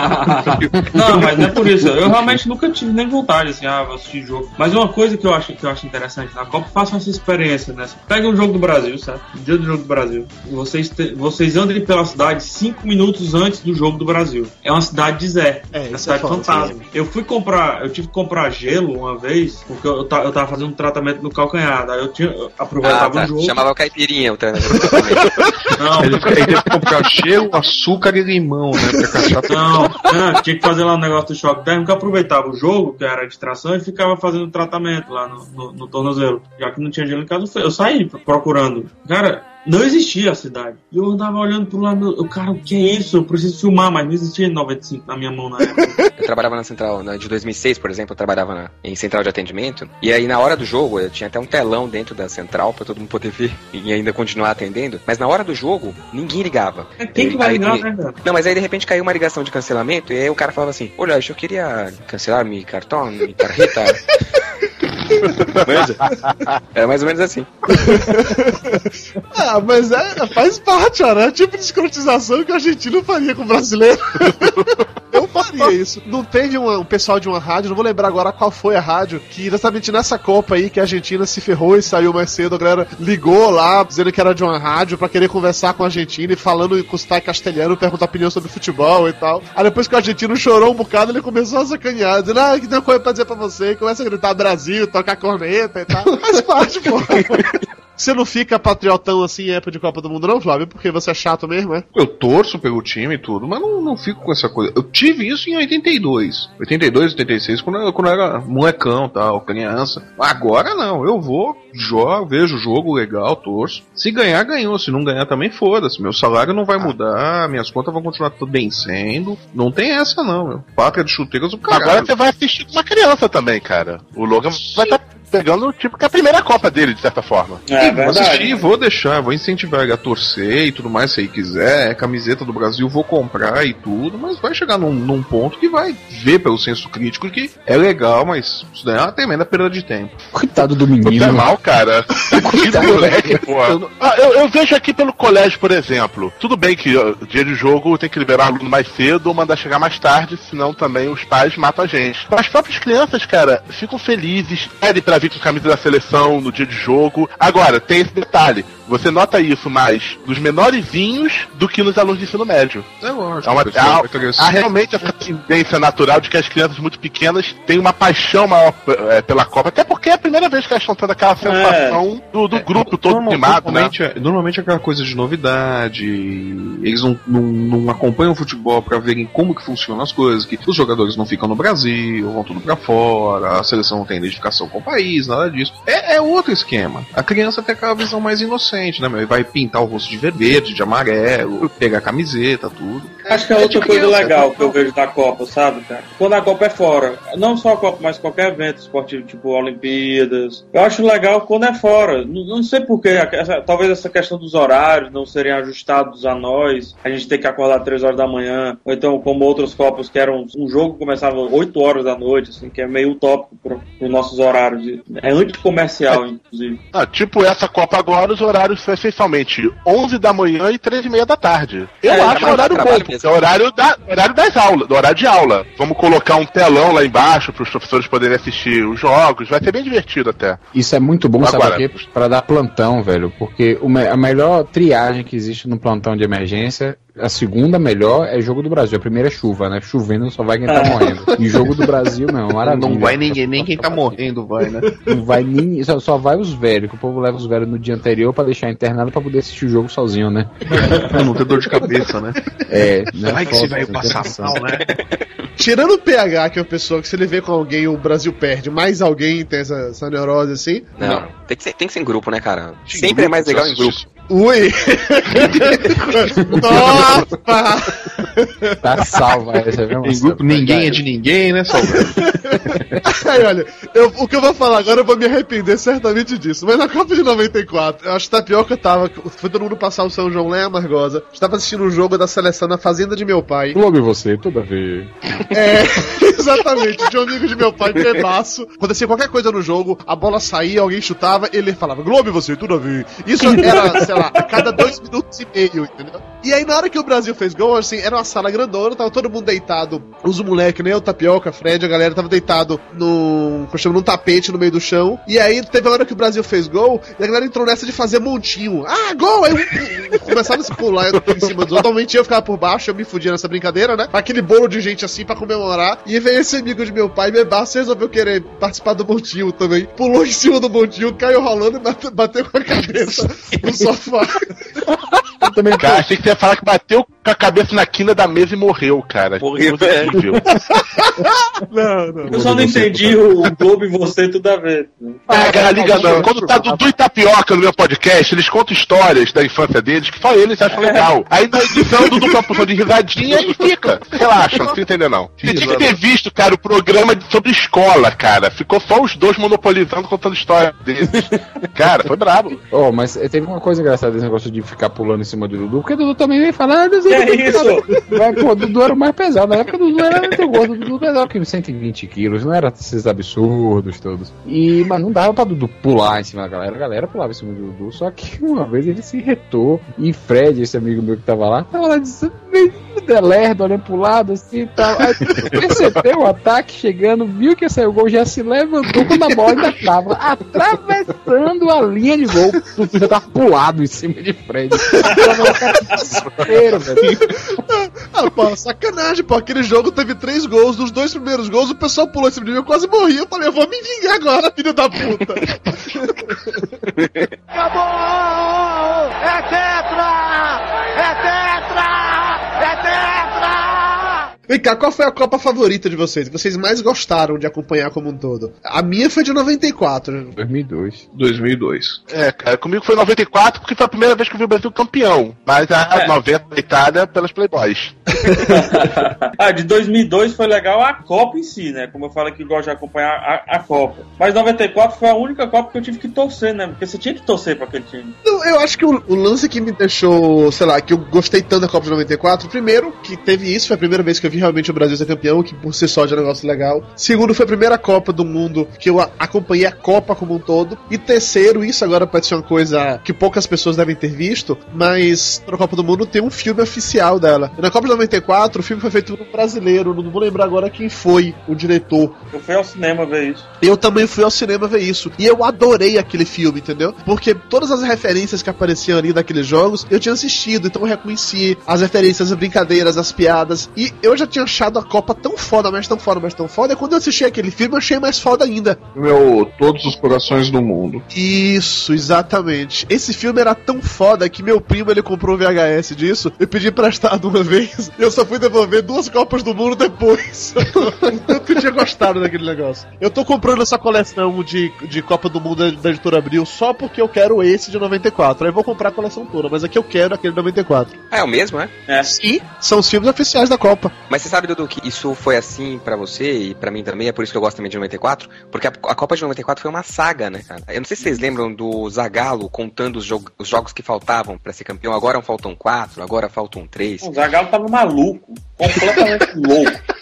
Não, mas não é por isso. Eu realmente nunca tive nem vontade, assim, vou assistir jogo. Mas uma coisa que eu acho interessante na Copa, façam essa experiência, né? Pega um jogo do Brasil, certo? O dia do jogo do Brasil. Vocês andem pela cidade 5 minutos antes do jogo do Brasil. É uma cidade deserta. É uma cidade fantasma. Eu tive que comprar gelo uma vez, porque eu tava fazendo um tratamento no calcanhar. Daí eu aproveitava o jogo. Chamava caipirinha o treinador. Não. Ele teve que comprar gelo, açúcar e limão, né? Pra cachaça. Não, tinha que fazer lá um negócio do choque térmico. Eu aproveitava o jogo, que era a distração, e ficava fazendo tratamento lá no tornozelo. Já que não tinha gelo em casa, eu saí procurando. Cara, não existia a cidade. E eu andava olhando pro lado, cara, o que é isso? Eu preciso filmar, mas não existia em 95 na minha mão na época. Eu trabalhava na central, de 2006, por exemplo, eu trabalhava em central de atendimento. E aí, na hora do jogo, eu tinha até um telão dentro da central pra todo mundo poder ver e ainda continuar atendendo. Mas na hora do jogo, ninguém ligava. Quem que vai ligar, né, cara? Não, mas aí de repente caiu uma ligação de cancelamento e aí o cara falava assim: olha, eu queria cancelar meu cartão, minha tarjeta. É mais ou menos assim. Mas faz parte, né? É o tipo de escrotização que o argentino faria com o brasileiro. Eu faria isso. Não teve um pessoal de uma rádio, não vou lembrar agora qual foi a rádio, que exatamente nessa Copa aí que a Argentina se ferrou e saiu mais cedo, a galera ligou lá, dizendo que era de uma rádio pra querer conversar com a Argentina e falando com sotaque castelhano, perguntar opinião sobre futebol e tal. Aí depois que o argentino chorou um bocado, ele começou a sacanear, dizendo, que tem uma coisa pra dizer pra você, e começa a gritar Brasil, tocar corneta e tal. Faz parte, pô. Você não fica patriotão assim em época de Copa do Mundo, não, Flávio? Porque você é chato mesmo, é? Eu torço pelo time e tudo, mas não fico com essa coisa. Eu tive isso em 82. 82, 86, quando eu era molecão, tal, criança. Agora não, eu vou, jogo, vejo o jogo legal, torço. Se ganhar, ganhou. Se não ganhar, também foda-se. Meu salário não vai mudar, minhas contas vão continuar tudo vencendo. Não tem essa, não, meu. Pátria de chuteiras, o caralho. Agora você vai assistir com uma criança também, cara. O Logan vai estar pegando, tipo, que é a primeira Copa dele, de certa forma. Vou assistir, vou deixar, vou incentivar ele a torcer e tudo mais, se ele quiser. Camiseta do Brasil, vou comprar e tudo, mas vai chegar num ponto que vai ver pelo senso crítico que é legal, mas isso daí é uma tremenda perda de tempo. Coitado do menino. Você é mal, cara. Coitado do moleque, porra. Eu vejo aqui pelo colégio, por exemplo. Tudo bem que dia de jogo tem que liberar aluno mais cedo ou mandar chegar mais tarde, senão também os pais matam a gente. As próprias crianças, cara, ficam felizes, pedem pra vir com camisa da seleção no dia de jogo. Agora, tem esse detalhe. Você nota isso mais nos menorzinhos do que nos alunos de ensino médio. É lógico. Há realmente essa tendência natural de que as crianças muito pequenas têm uma paixão maior pela Copa. Até porque é a primeira vez que elas estão tendo aquela sensação do grupo todo animado, né? Normalmente é aquela coisa de novidade. Eles não acompanham o futebol pra verem como que funcionam as coisas. Que os jogadores não ficam no Brasil, vão tudo pra fora. A seleção não tem identificação com o país, nada disso. É outro esquema. A criança tem aquela visão mais inocente, né, meu? Vai pintar o rosto de verde, de amarelo, pegar a camiseta, tudo. Acho que é outra coisa legal que eu vejo da Copa, sabe, cara? Quando a Copa é fora. Não só a Copa, mas qualquer evento esportivo, tipo Olimpíadas. Eu acho legal quando é fora. Não sei porquê. Talvez essa questão dos horários não serem ajustados a nós. A gente tem que acordar 3 horas da manhã. Ou então, como outras Copas, que eram um jogo que começava 8 horas da noite, assim, que é meio utópico para os nossos horários. É anticomercial, inclusive. Tipo essa Copa agora, os horários horários são essencialmente 11 da manhã e 3:30 da tarde. Eu acho um horário bom, porque é o horário das aulas, do horário de aula. Vamos colocar um telão lá embaixo para os professores poderem assistir os jogos, vai ser bem divertido até. Isso é muito bom, sabe por quê? Pra dar plantão, velho, porque a melhor triagem que existe no plantão de emergência, a segunda melhor é Jogo do Brasil. A primeira é chuva, né? Chovendo só vai quem tá morrendo. E Jogo do Brasil, não, maravilha. Não vai ninguém, nem quem tá morrendo vai, né? Não vai nem. Só vai os velhos, que o povo leva os velhos no dia anterior pra deixar internado pra poder assistir o jogo sozinho, né? Pra não ter dor de cabeça, né? Né? Vai que você vai passar mal, né? Tirando o PH, que é uma pessoa que se ele vê com alguém, o Brasil perde, mais alguém tem essa neurose assim? Não, tem que ser em grupo, né, cara? Sempre é mais legal em grupo. Ui! Nossa! Tá salva essa, viu? Em grupo ninguém é de ninguém, né, Salvador? Aí, olha, o que eu vou falar agora eu vou me arrepender certamente disso. Mas na Copa de 94, eu acho que Tapioca foi todo mundo passar o São João lá em Amargosa. Estava assistindo um jogo da seleção na fazenda de meu pai. Globo e você, tudo a ver. Exatamente. Tinha um amigo de meu pai, bebaço. Acontecia qualquer coisa no jogo, a bola saía, alguém chutava, ele falava, Globo e você, tudo a ver. Isso era, sei lá, a cada 2 minutos e meio, entendeu? E aí, na hora que o Brasil fez gol, assim, era uma sala grandona, tava todo mundo deitado, os moleques, né? O Tapioca, Fred, a galera tava deitado num tapete no meio do chão. E aí, teve a hora que o Brasil fez gol, e a galera entrou nessa de fazer montinho. Ah, gol! Aí começaram a se pular em cima dos outros. Normalmente eu ficava por baixo, eu me fudia nessa brincadeira, né? Aquele bolo de gente assim pra comemorar. E veio esse amigo de meu pai, bebaço, resolveu querer participar do montinho também. Pulou em cima do montinho, caiu rolando e bateu com a cabeça no sofá. Eu também, cara, achei que você ia falar que bateu com a cabeça na quina da mesa e morreu, cara. Morreu, velho. Não. Eu só não entendi o Globo e você, tudo a ver. Cara, liga não. Quando tá Dudu e Tapioca no meu podcast, eles contam histórias da infância deles que só eles acham legal. Aí na edição o Dudu tá puxando de risadinha e fica. Relaxa, não precisa entender não. Você tinha que ter visto, cara, o programa sobre escola, cara. Ficou só os dois monopolizando, contando história deles. Cara, foi brabo. Mas teve uma coisa engraçada desse negócio de ficar pulando em cima do Dudu, porque o Dudu também veio falar, o Dudu era o mais pesado. Na época o Dudu era muito gordo, o Dudu pesava que 120 quilos, não era esses absurdos todos. Mas não dava pra Dudu pular em cima da galera, a galera pulava em cima do Dudu, só que uma vez ele se irritou, e Fred, esse amigo meu que tava lá disse, lerdo, olhando pro lado assim e tal. Aí percebeu o ataque chegando, viu que ia sair o gol, já se levantou quando a bola ainda tava atravessando a linha de gol. Tu já tava pulado em cima de Fred. Pô, sacanagem, pô. Aquele jogo teve 3 gols. Nos 2 primeiros gols, o pessoal pulou em cima de mim, eu quase morri. Eu falei, eu vou me vingar agora, filho da puta. Acabou! É tetra! É tetra! É tetra! Vem cá, qual foi a Copa favorita de vocês? Que vocês mais gostaram de acompanhar como um todo? A minha foi de 94. 2002. Cara, comigo foi 94 porque foi a primeira vez que eu vi o Brasil campeão. Mas a 90 deitada pelas Playboys. De 2002 foi legal a Copa em si, né? Como eu falo que eu gosto de acompanhar a Copa. Mas 94 foi a única Copa que eu tive que torcer, né? Porque você tinha que torcer pra aquele time. Não, eu acho que o lance que me deixou, sei lá, que eu gostei tanto da Copa de 94, primeiro, que teve isso, foi a primeira vez que eu vi realmente o Brasil ser campeão, que por si só já é um negócio legal. Segundo, foi a primeira Copa do mundo que eu acompanhei a Copa como um todo. E terceiro, isso agora pode ser uma coisa que poucas pessoas devem ter visto, mas na Copa do Mundo tem um filme oficial dela. E na Copa de 94, o filme foi feito por um brasileiro, não vou lembrar agora quem foi o diretor. Eu fui ao cinema ver isso. Eu também fui ao cinema ver isso. E eu adorei aquele filme, entendeu? Porque todas as referências que apareciam ali daqueles jogos, eu tinha assistido, então eu reconheci as referências, as brincadeiras, as piadas. E eu já tinha achado a Copa tão foda, mas tão foda, mas tão foda. E quando eu assisti aquele filme, eu achei mais foda ainda. Todos os Corações do Mundo. Isso, exatamente. Esse filme era tão foda que meu primo, ele comprou o VHS disso. Eu pedi emprestado uma vez. E eu só fui devolver 2 Copas do Mundo depois. Tanto que eu tinha gostado daquele negócio. Eu tô comprando essa coleção de Copa do Mundo da Editora Abril só porque eu quero esse de 94. Aí eu vou comprar a coleção toda, mas aqui eu quero aquele de 94. É o mesmo, é? Sim, são os filmes oficiais da Copa. Mas você sabe, Dudu, que isso foi assim pra você e pra mim também, é por isso que eu gosto também de 94, porque a Copa de 94 foi uma saga, né, cara? Eu não sei se vocês lembram do Zagallo contando os jogos que faltavam pra ser campeão. Agora faltam 4, agora faltam 3. O Zagallo tava maluco, completamente louco.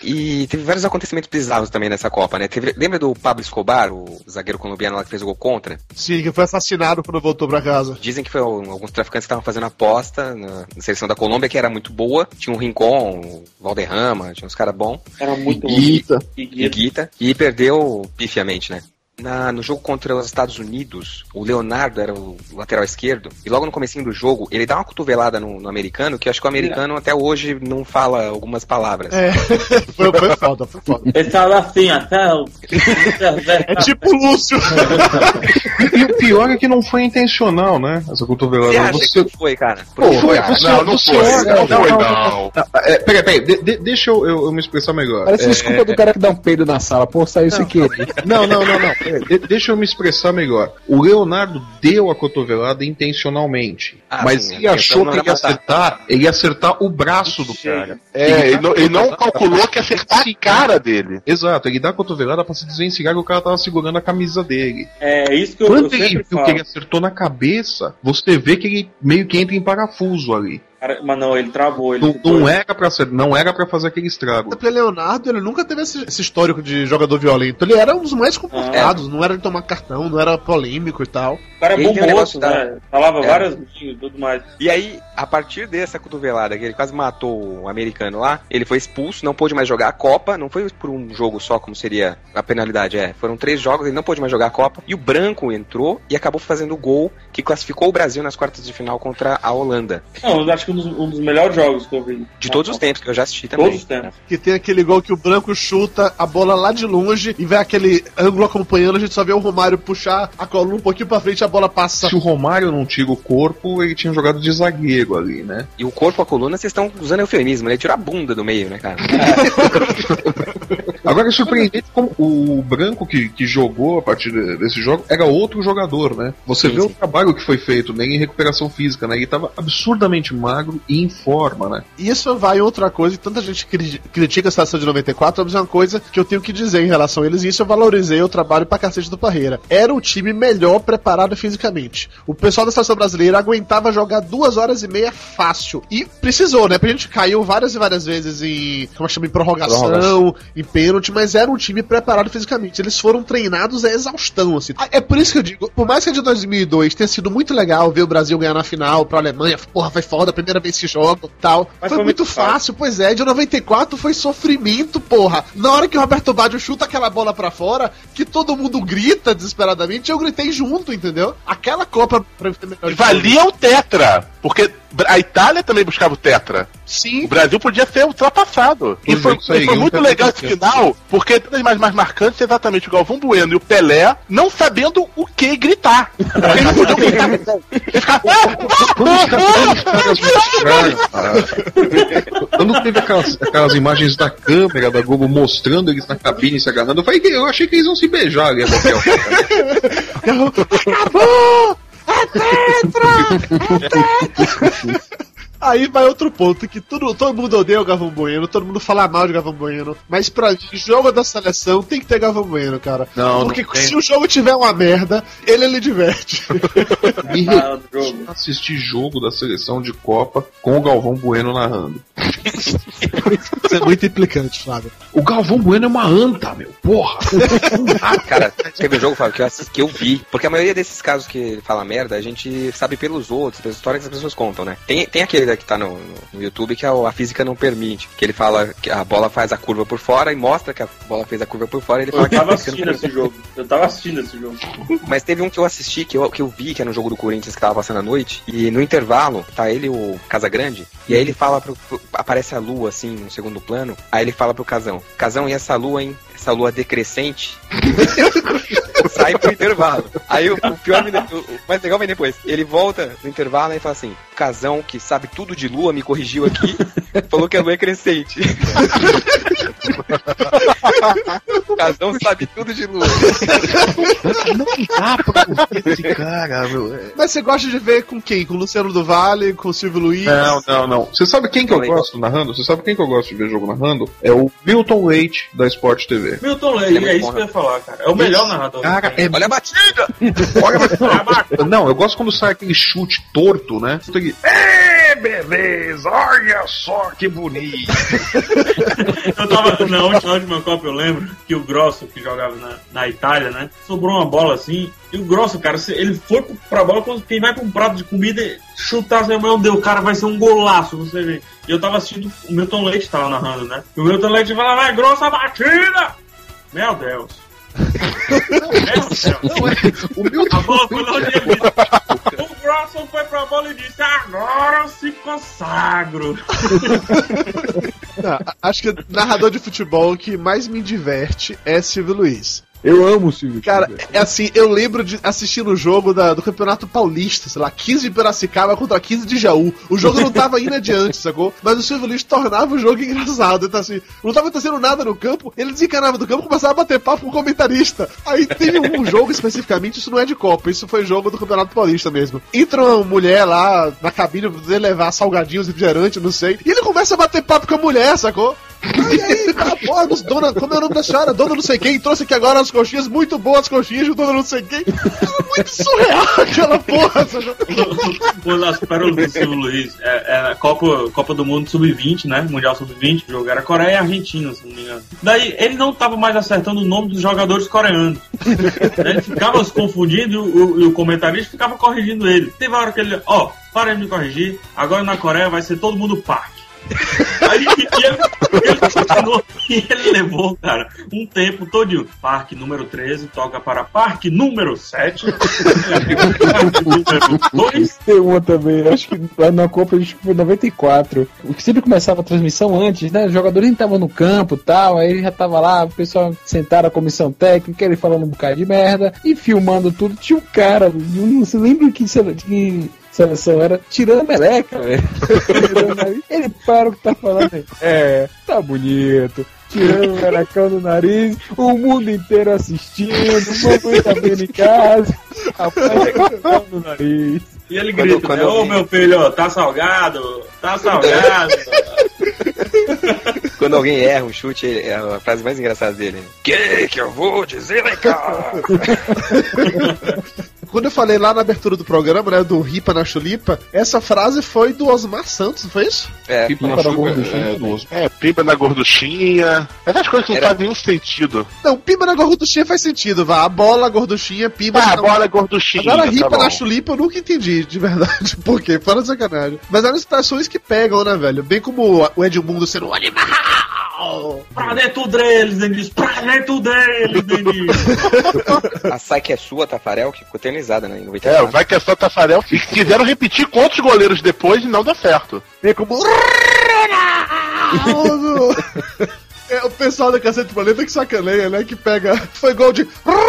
E teve vários acontecimentos bizarros também nessa Copa, né? Lembra do Pablo Escobar, o zagueiro colombiano lá que fez o gol contra? Sim, que foi assassinado quando voltou pra casa. Dizem que foi alguns traficantes que estavam fazendo aposta na seleção da Colômbia, que era muito boa. Tinha o Rincon, o Valderrama, tinha uns caras bons. Era muito Guita. E perdeu pifiamente, né? No jogo contra os Estados Unidos, o Leonardo era o lateral esquerdo, e logo no comecinho do jogo, ele dá uma cotovellada no americano, que eu acho que o americano até hoje não fala algumas palavras. Foi foda. Ele fala assim, até É tipo o Lúcio. E o pior é que não foi intencional, né? Essa cotovelada. Você acha que foi, cara? Não foi. Peraí. Deixa eu me expressar melhor. Parece desculpa do cara que dá um peido na sala. Pô, saiu sem querer. Não. Deixa eu me expressar melhor. O Leonardo deu a cotovelada intencionalmente. Mas ele achou que ele ia acertar o braço do cara. Ele não calculou que ia acertar a cara dele. Exato, ele dá a cotovelada pra se desvencilhar que o cara tava segurando a camisa dele. É isso que Quando ele viu que ele acertou na cabeça, você vê que ele meio que entra em parafuso ali. Mas não, ele travou. Não era pra fazer aquele estrago. Porque Leonardo, ele nunca teve esse histórico de jogador violento. Ele era um dos mais comportados, não era de tomar cartão, não era polêmico e tal. O cara é bom moço, né? Falava várias e tudo mais. E aí, a partir dessa cotovelada, que ele quase matou o americano lá, ele foi expulso, não pôde mais jogar a Copa, não foi por um jogo só, como seria a penalidade, foram 3 jogos, ele não pôde mais jogar a Copa, e o Branco entrou e acabou fazendo o gol que classificou o Brasil nas quartas de final contra a Holanda. Não, eu acho que um dos melhores jogos que eu vi. De todos os tempos, que eu já assisti também. Todos os tempos. Que tem aquele gol que o Branco chuta a bola lá de longe e vê aquele ângulo acompanhando, a gente só vê o Romário puxar a coluna um pouquinho pra frente e a bola passa. Se o Romário não tira o corpo, ele tinha jogado de zagueiro ali, né? E o corpo, a coluna, vocês estão usando eufemismo, né? Ele tirou a bunda do meio, né, cara? Agora é surpreendente como o Branco que jogou a partir desse jogo era outro jogador, né? Você vê o trabalho que foi feito nele em recuperação física, né? Ele tava absurdamente magro e em forma, né? Isso vai outra coisa, e tanta gente critica a seleção de 94, mas é uma coisa que eu tenho que dizer em relação a eles, e isso eu valorizei o trabalho pra cacete do Parreira. Era o time melhor preparado fisicamente. O pessoal da seleção brasileira aguentava jogar 2 horas e meia fácil. E precisou, né? Porque a gente caiu várias e várias vezes em, em prorrogação, em pênalti, mas era um time preparado fisicamente. Eles foram treinados a exaustão, assim. É por isso que eu digo, por mais que a de 2002 tenha sido muito legal ver o Brasil ganhar na final pra Alemanha, porra, foi foda, a primeira vez que joga tal. Mas foi muito fácil, pois é. De 94 foi sofrimento, porra. Na hora que o Roberto Baggio chuta aquela bola pra fora, que todo mundo grita desesperadamente, eu gritei junto, entendeu? Aquela Copa pra ter melhor. E valia o tetra, porque a Itália também buscava o tetra. Sim. O Brasil podia ser ultrapassado. E foi muito legal esse final, porque uma das mais marcantes é exatamente o Galvão Bueno e o Pelé não sabendo o que gritar. Eles não podiam gritar. Eles Quando teve aquelas imagens da câmera da Globo mostrando eles na cabine se agarrando, eu achei que eles iam se beijar ali. Acabou! É tetra! Aí vai outro ponto, que todo mundo odeia o Galvão Bueno, todo mundo fala mal de Galvão Bueno, mas pra mim, jogo da seleção tem que ter Galvão Bueno, cara. Porque se o jogo tiver uma merda, ele diverte. Assistir jogo da seleção de Copa com o Galvão Bueno narrando. Isso é muito implicante, Flávio. O Galvão Bueno é uma anta, meu. Porra! Cara, teve um jogo, Flávio, que eu vi, porque a maioria desses casos que ele fala merda, a gente sabe pelos outros, pelas histórias que as pessoas contam, né? Tem aquele que tá no YouTube que a física não permite, que ele fala que a bola faz a curva por fora e mostra que a bola fez a curva por fora e ele fala que a física não permite. Eu tava assistindo esse jogo. Mas teve um que eu assisti, que eu vi, que era um jogo do Corinthians que tava passando à noite, e no intervalo, tá ele e o Casagrande, e aí ele fala aparece a lua, assim, no segundo plano, aí ele fala pro Casão, e essa lua, hein? Essa lua decrescente sai pro intervalo. Aí o mais legal vem depois. Ele volta no intervalo e fala assim: Casão, que sabe tudo de lua, me corrigiu aqui, falou que a lua é crescente. Casão sabe tudo de lua. Não dá pra ouvir esse cara, meu. Mas você gosta de ver com quem? Com o Luciano do Vale, com o Silvio Luiz? Não. Você sabe quem que eu gosto narrando? Você sabe quem que eu gosto de ver jogo narrando? É o Milton Leite, da Sport TV. Milton Leite, é isso que eu ia falar, cara. É o melhor narrador. Cara, olha a batida! Não, eu gosto quando sai aquele chute torto, né? Que beleza, olha só que bonito. Eu tava na última Copa, eu lembro que o Grosso, que jogava na Itália, né? Sobrou uma bola assim, e o Grosso, cara, ele foi pra bola quando quem vai pra um prato de comida e chutar assim, meu Deus, cara, vai ser um golaço, você vê. E eu tava assistindo, o Milton Leite tava narrando, né? E o Milton Leite fala, vai, Grosso, a batida! Meu Deus. O Milton... A bola foi longe dele. O Grosso foi pra bola e disse, agora eu se consagro. Não, acho que o narrador de futebol que mais me diverte é Silvio Luiz. Eu amo o Silvio. Cara, é assim, eu lembro de assistindo o jogo do Campeonato Paulista, sei lá, 15 de Piracicaba contra 15 de Jaú. O jogo não tava indo adiante, sacou? Mas o Silvio Luiz tornava o jogo engraçado. Então assim, não tava acontecendo nada no campo, ele desencanava do campo e começava a bater papo com o comentarista. Aí teve um jogo especificamente, isso não é de Copa, isso foi jogo do Campeonato Paulista mesmo. Entra uma mulher lá na cabine pra poder levar salgadinhos, refrigerante, não sei, e ele começa a bater papo com a mulher, sacou? E aí, tá, porra, dona, como é o nome da senhora? Dona não sei quem, trouxe aqui agora as coxinhas, muito boas coxinhas de dona não sei quem. Era muito surreal aquela porra. Uma das pérolas do Silvio Luiz é a Copa do Mundo Sub-20, né? Mundial Sub-20, o jogo era Coreia e Argentina, se não me engano. Daí ele não tava mais acertando o nome dos jogadores coreanos. Ele ficava se confundindo e o comentarista ficava corrigindo ele. Teve uma hora que ele, para de me corrigir, agora na Coreia vai ser todo mundo Park. Aí ele continuou e ele levou, cara, um tempo todo. Parque número 13 toca para parque número 7. Parque número 2. Tem uma também, acho que lá na Copa acho que foi 94. Sempre começava a transmissão antes, né? Os jogadores nem estavam no campo e tal. Aí já tava lá, o pessoal sentaram a comissão técnica, ele falando um bocado de merda e filmando tudo. Tinha um cara, não se lembra que seleção era tirando a meleca, velho. Ele para o que tá falando aí. Tá bonito. Tirando o melecão do nariz, o mundo inteiro assistindo, o mamãe tá vendo em casa, rapaz, no nariz. E ele grita, ô meu filho, tá salgado, tá salgado. Quando alguém erra um chute, é a frase mais engraçada dele. Que eu vou dizer, né, cara? Quando eu falei lá na abertura do programa, né, do Ripa na Chulipa, essa frase foi do Osmar Santos, não foi isso? Pipa na gorduchinha. Pipa na gorduchinha. Essas coisas que não fazem nenhum sentido. Não, pipa na gorduchinha faz sentido, vá. A bola, gorduchinha, pipa... a bola, gorduchinha. Agora Ripa na Chulipa eu nunca entendi, de verdade. Por quê? Fora de sacanagem. Mas eram expressões que pegam, né, velho? Bem como o Edmundo sendo um animal. Pra dentro deles, Denis. Pra dentro deles, Denis. A Sai que é sua, Tafarel, que ficou eternizada, né? Em 94. Vai que é sua, Tafarel. E quiseram repetir com outros goleiros depois e não deu certo. Bem como... É o pessoal da Cacete Planeta que sacaneia, né? Que pega... Foi gol de...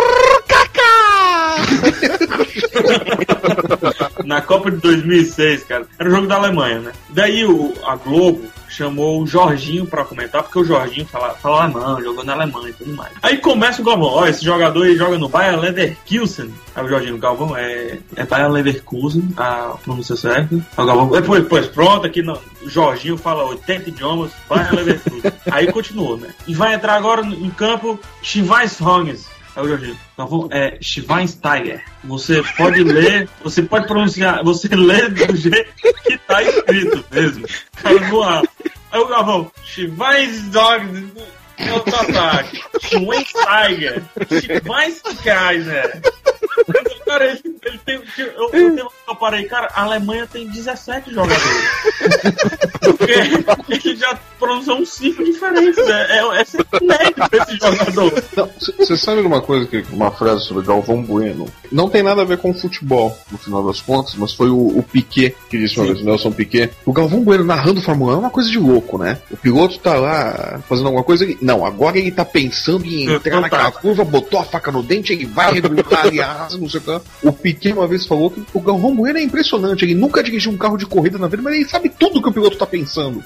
Na Copa de 2006, cara, era o jogo da Alemanha, né? Daí a Globo chamou o Jorginho pra comentar, porque o Jorginho fala alemão, jogou na Alemanha e tudo mais. Aí começa o Galvão, esse jogador aí joga no Bayer Leverkusen. Aí o Jorginho, Galvão, é Bayer Leverkusen, a pronúncia certa. Aí o Galvão, depois pronto, aqui não. O Jorginho fala 80 idiomas, Bayer Leverkusen. Aí continuou, né? E vai entrar agora em campo Schweinsteiger. Aí o Jorginho, Galvão, Schweinsteiger. Você pode ler, você pode pronunciar, você lê do jeito que tá escrito mesmo. Cara, voar. Aí o Galvão, Schweinsteiger. Schweinsteiger. Schweinsteiger. Cara, ele tem. Eu parei, cara, a Alemanha tem 17 jogadores. Porque ele já pronunciou uns 5 diferentes. É inédito esse jogador. Você sabe uma coisa, uma frase sobre Galvão Bueno? Não tem nada a ver com futebol, no final das contas, mas foi o Piquet que disse uma vez, o Nelson Piquet. O Galvão Bueno narrando Fórmula 1 é uma coisa de louco, né? O piloto tá lá fazendo alguma coisa. Não, agora ele tá pensando em entrar naquela curva, botou a faca no dente, ele vai regular ali a asa, não sei o que. O Piquet uma vez falou que o Galvão Bueno é impressionante, ele nunca dirigiu um carro de corrida na vida, mas ele sabe tudo que o piloto tá pensando.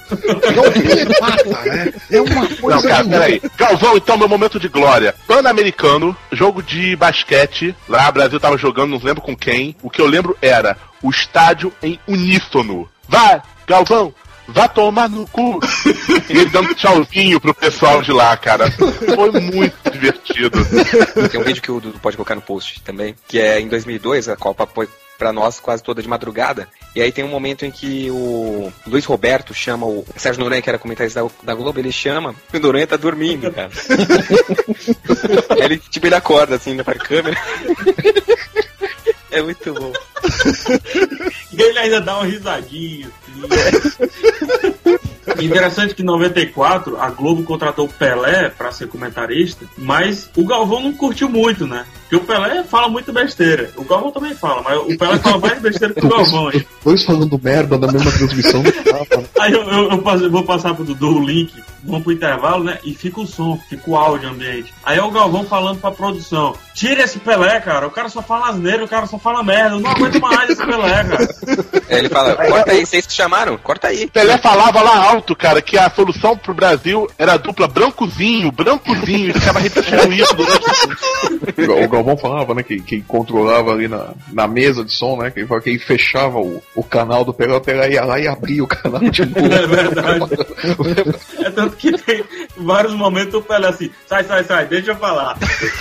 É uma coisa. Não, cara, peraí. Galvão, então, meu momento de glória. Pan-Americano, jogo de basquete, lá o Brasil tava jogando, não lembro com quem. O que eu lembro era o estádio em uníssono. Vai, Galvão! Vá tomar no cu! E ele dando tchauzinho pro pessoal de lá, cara. Foi muito divertido. Tem um vídeo que o Dudu pode colocar no post também, que é em 2002, a Copa pra nós quase toda de madrugada. E aí tem um momento em que o Luiz Roberto chama o Sérgio Noronha, que era comentarista da Globo, ele chama e o Noronha tá dormindo, cara. Aí ele acorda assim pra câmera. É muito bom. E ele ainda dá uma risadinha. Assim. Interessante que em 94 a Globo contratou o Pelé pra ser comentarista, mas o Galvão não curtiu muito, né? Porque o Pelé fala muito besteira. O Galvão também fala, mas o Pelé fala mais besteira que o Galvão. Dois falando merda na mesma transmissão. Aí eu vou passar pro Dudu o link, vamos pro intervalo, né? E fica o som, fica o áudio ambiente. Aí é o Galvão falando pra produção: tira esse Pelé, cara. O cara só fala asneira, o cara só fala merda. Eu não aguento mais esse Pelé, cara. Ele fala: corta aí, vocês que chamaram, corta aí. Pelé falava lá alto, cara, que a solução pro Brasil era a dupla brancozinho, e ficava repetindo isso durante o Galvão falava, né, que controlava ali na mesa de som, né, que ele fechava o canal do Pelé, o Pelé ia lá e abria o canal de novo. É verdade. É tanto que tem vários momentos o Pelé assim: sai, deixa eu falar.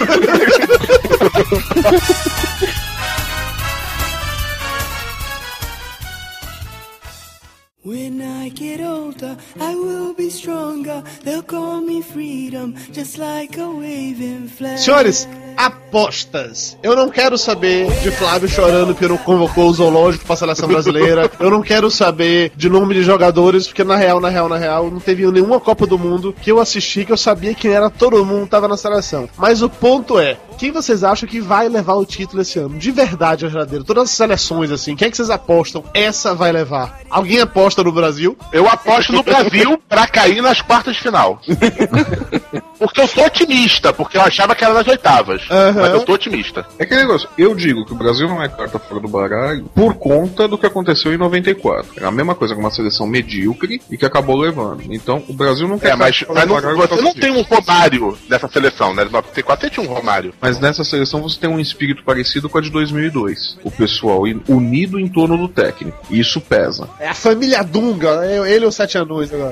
When I get older, I will be stronger. They'll call me freedom, just like a waving flag. Senhores, apostas. Eu não quero saber de Flávio chorando porque não convocou o zoológico pra seleção brasileira. Eu não quero saber de nome de jogadores, porque na real, não teve nenhuma Copa do Mundo que eu assisti que eu sabia quem era todo mundo tava na seleção. Mas o ponto é, quem vocês acham que vai levar o título esse ano? De verdade, verdadeiro. Todas as seleções, assim, quem é que vocês apostam? Essa vai levar. Alguém aposta no Brasil? Eu aposto no Brasil pra cair nas quartas de final. Porque eu sou otimista, porque eu achava que era nas oitavas. Mas eu tô otimista. É aquele negócio, eu digo que o Brasil não é carta fora do baralho por conta do que aconteceu em 94. É a mesma coisa com uma seleção medíocre e que acabou levando. Então, o Brasil não quer mas você não tem um Romário nessa seleção, né? 94 você tinha um Romário. Mas nessa seleção você tem um espírito parecido com a de 2002. O pessoal unido em torno do técnico. E isso pesa. É a família Dunga, ele e os 7 anões agora.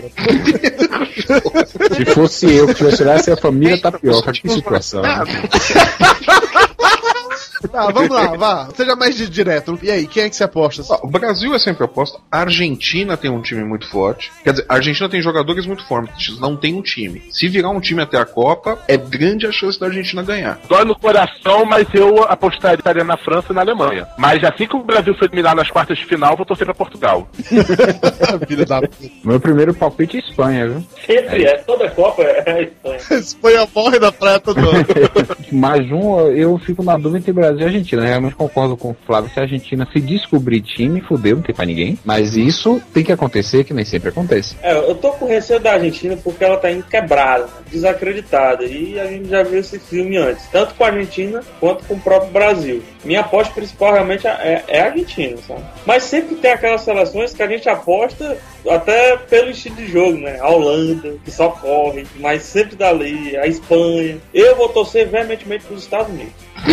Se fosse eu que tivesse olhado, essa família Tapioca. Que situação. Tá, vamos lá, vá. Seja mais direto. E aí, quem é que você aposta? O Brasil é sempre aposta. A Argentina tem um time muito forte. Quer dizer, a Argentina tem jogadores muito fortes, não tem um time. Se virar um time até a Copa, é grande a chance da Argentina ganhar. Dói no coração, mas eu apostaria na França e na Alemanha. Mas assim que o Brasil for eliminar nas quartas de final, vou torcer pra Portugal. Filha da... Meu primeiro palpite é Espanha, viu? Sempre toda Copa é a Espanha. Espanha morre da praia todo ano. Mais um, eu fico na dúvida entre Brasil e Argentina. Eu realmente concordo com o Flávio. Se a Argentina se descobrir time, fudeu, não tem pra ninguém. Mas isso tem que acontecer, que nem sempre acontece. Eu tô com receio da Argentina porque ela tá indo quebrada, desacreditada. E a gente já viu esse filme antes, tanto com a Argentina quanto com o próprio Brasil. Minha aposta principal realmente é a Argentina, sabe? Mas sempre tem aquelas seleções que a gente aposta até pelo estilo de jogo, né? A Holanda, que só corre, mas sempre dali, a Espanha. Eu vou torcer veementemente pros Estados Unidos.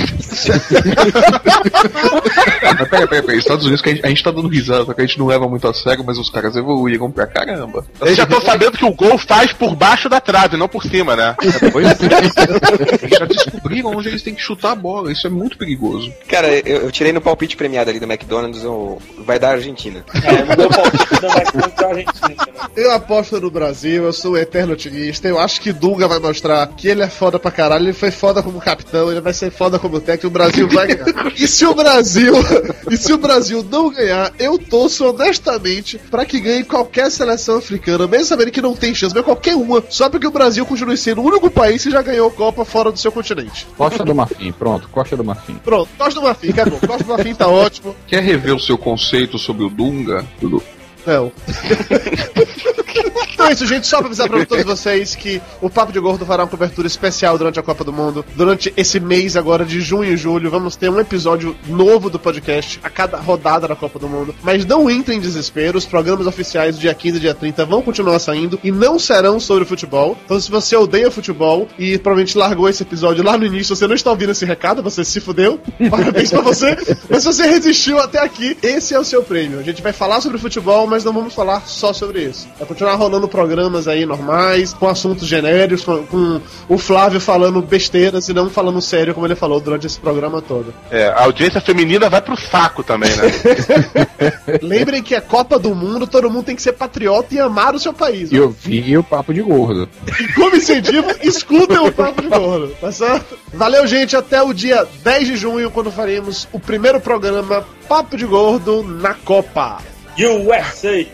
Peraí, Estados Unidos, que a gente tá dando risada, porque a gente não leva muito a sério, mas os caras evoluíram pra caramba. Eu já tô sabendo que o gol faz por baixo da trave, não por cima, né? Eles já descobriram onde eles têm que chutar a bola, isso é muito perigoso. Cara, eu tirei no palpite premiado ali do McDonald's, vai dar Argentina. No meu palpite não vai ser a Argentina, né? Eu aposto no Brasil, eu sou um eterno otimista. Eu acho que Dunga vai mostrar que ele é foda pra caralho. Ele foi foda como capitão, ele vai ser foda como técnico. O Brasil vai ganhar. E se o Brasil não ganhar, eu torço honestamente pra que ganhe qualquer seleção africana, mesmo sabendo que não tem chance, mas qualquer uma, só porque o Brasil continue sendo o único país que já ganhou Copa fora do seu continente. Costa do Marfim, pronto, Costa do Marfim. Pronto, Costa do Marfim, acabou. Costa do Marfim tá ótimo. Quer rever o seu conceito sobre o Dunga, Dudu? Não. Então é isso, gente. Só pra avisar pra todos vocês que o Papo de Gordo fará uma cobertura especial durante a Copa do Mundo. Durante esse mês agora de junho e julho, vamos ter um episódio novo do podcast a cada rodada da Copa do Mundo. Mas não entrem em desespero, os programas oficiais do dia 15 e dia 30 vão continuar saindo e não serão sobre futebol. Então se você odeia futebol e provavelmente largou esse episódio lá no início, você não está ouvindo esse recado, você se fudeu, parabéns pra você. Mas se você resistiu até aqui, esse é o seu prêmio. A gente vai falar sobre futebol, mas não vamos falar só sobre isso. Vai continuar rolando programas aí normais, com assuntos genéricos, com o Flávio falando besteiras e não falando sério, como ele falou durante esse programa todo. A audiência feminina vai pro saco também, né? Lembrem que é Copa do Mundo, todo mundo tem que ser patriota e amar o seu país. E ouvir o Papo de Gordo. E como incentivo, escutem o Papo de Gordo, tá certo? Valeu, gente, até o dia 10 de junho, quando faremos o primeiro programa Papo de Gordo na Copa. USA!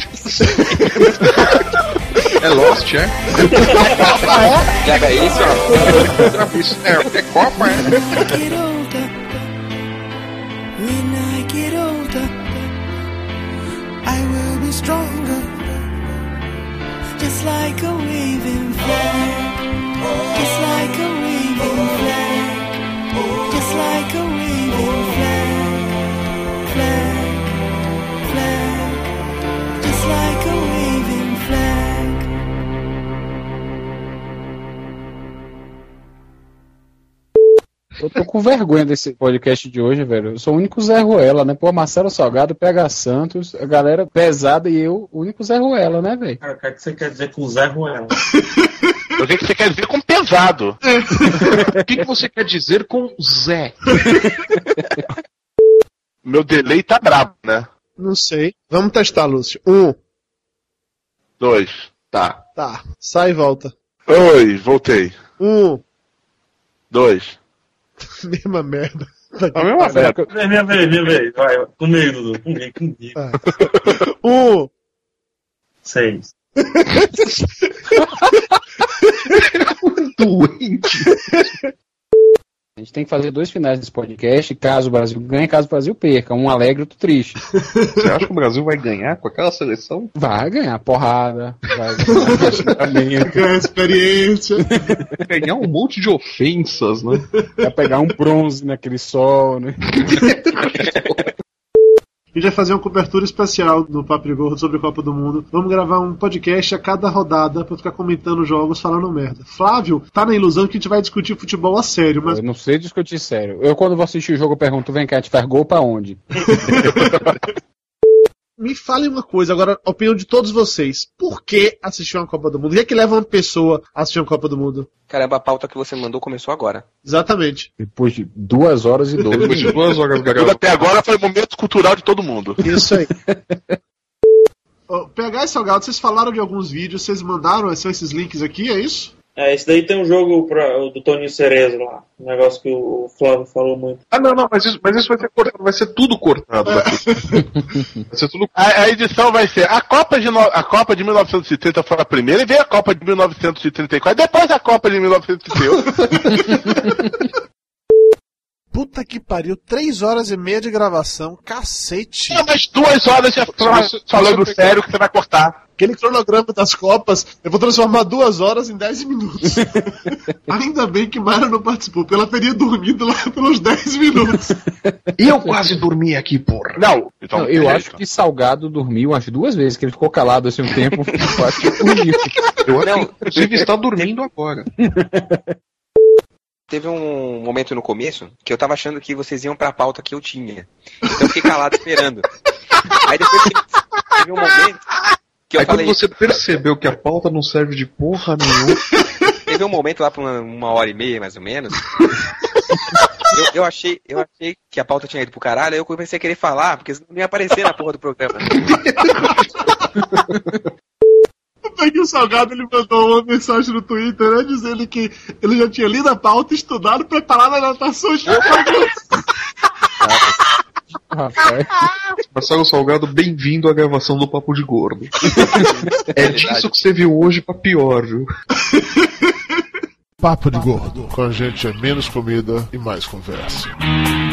É Lost, é? Pega isso, ó. É Copa, é? When I get older, I will be stronger, just like a waving flag, just like a waving flag, just like a waving flag, flag, just like a waving flag. Eu tô com vergonha desse podcast de hoje, velho. Eu sou o único Zé Ruela, né? Pô, Marcelo Salgado, PH Santos, a galera pesada e eu, o único Zé Ruela, né, velho? Cara, o que você quer dizer com Zé Ruela? Eu sei que você quer dizer com pesado. O que você quer dizer com Zé? Meu delay tá brabo, né? Não sei. Vamos testar, Lúcio. 1. 2. Tá. Tá. Sai e volta. Oi, voltei. 1. 2. Mesma merda. A mesma merda. Minha vez. Vai, comigo, Dudu. Comigo. 1. 6. Doente. A gente tem que fazer 2 finais desse podcast, caso o Brasil ganhe, caso o Brasil perca. Um alegre e outro triste. Você acha que o Brasil vai ganhar com aquela seleção? Vai ganhar porrada, vai ganhar experiência. Vai ganhar um monte de ofensas, né? Vai pegar um bronze naquele sol, né? A gente vai fazer uma cobertura especial do Papo de Gordo sobre a Copa do Mundo. Vamos gravar um podcast a cada rodada pra ficar comentando jogos, falando merda. Flávio tá na ilusão que a gente vai discutir futebol a sério, mas... Eu não sei discutir sério. Eu, quando vou assistir o jogo, eu pergunto, vem cá, a gente faz gol pra onde? Me fale uma coisa, agora, a opinião de todos vocês. Por que assistir uma Copa do Mundo? O que é que leva uma pessoa a assistir uma Copa do Mundo? Caramba, a pauta que você mandou começou agora. Exatamente. Depois de 2 horas e 12 Depois de 2 horas, Tudo até agora foi o momento cultural de todo mundo. Isso aí. PH e Salgado, vocês falaram de alguns vídeos, vocês mandaram, são esses links aqui, é isso? Esse daí tem um jogo do Toninho Cerezo lá. Um negócio que o Flávio falou muito. Ah, não, mas isso vai ser cortado, vai ser tudo cortado daqui. Vai ser tudo... A edição vai ser a Copa de 1930 foi a primeira e veio a Copa de 1934, depois a Copa de 1938. Puta que pariu, 3 horas e meia de gravação, cacete. Mas 2 horas já falando sério que você vai cortar. Aquele cronograma das Copas, eu vou transformar 2 horas em 10 minutos. Ainda bem que Mayra não participou, porque ela teria dormido lá pelos 10 minutos. E eu quase dormi aqui, porra. Não, então, eu acho que Salgado dormiu umas 2 vezes, que ele ficou calado assim um tempo. Eu acho que dormiu. Eu acho que, inclusive, está dormindo agora. Teve um momento no começo que eu tava achando que vocês iam pra pauta que eu tinha. Então eu fiquei calado esperando. Aí depois teve um momento que eu falei... quando você percebeu que a pauta não serve de porra nenhuma... Teve um momento lá por 1h30, mais ou menos. Eu achei que a pauta tinha ido pro caralho, aí eu comecei a querer falar, porque senão não ia aparecer na porra do programa. Que o Salgado ele mandou uma mensagem no Twitter, né, dizendo que ele já tinha lido a pauta, estudado, preparado as anotações do programa. Marcelo Salgado, bem-vindo à gravação do Papo de Gordo. É disso que você viu hoje pra pior, viu? Papo de Gordo. Com a gente é menos comida e mais conversa.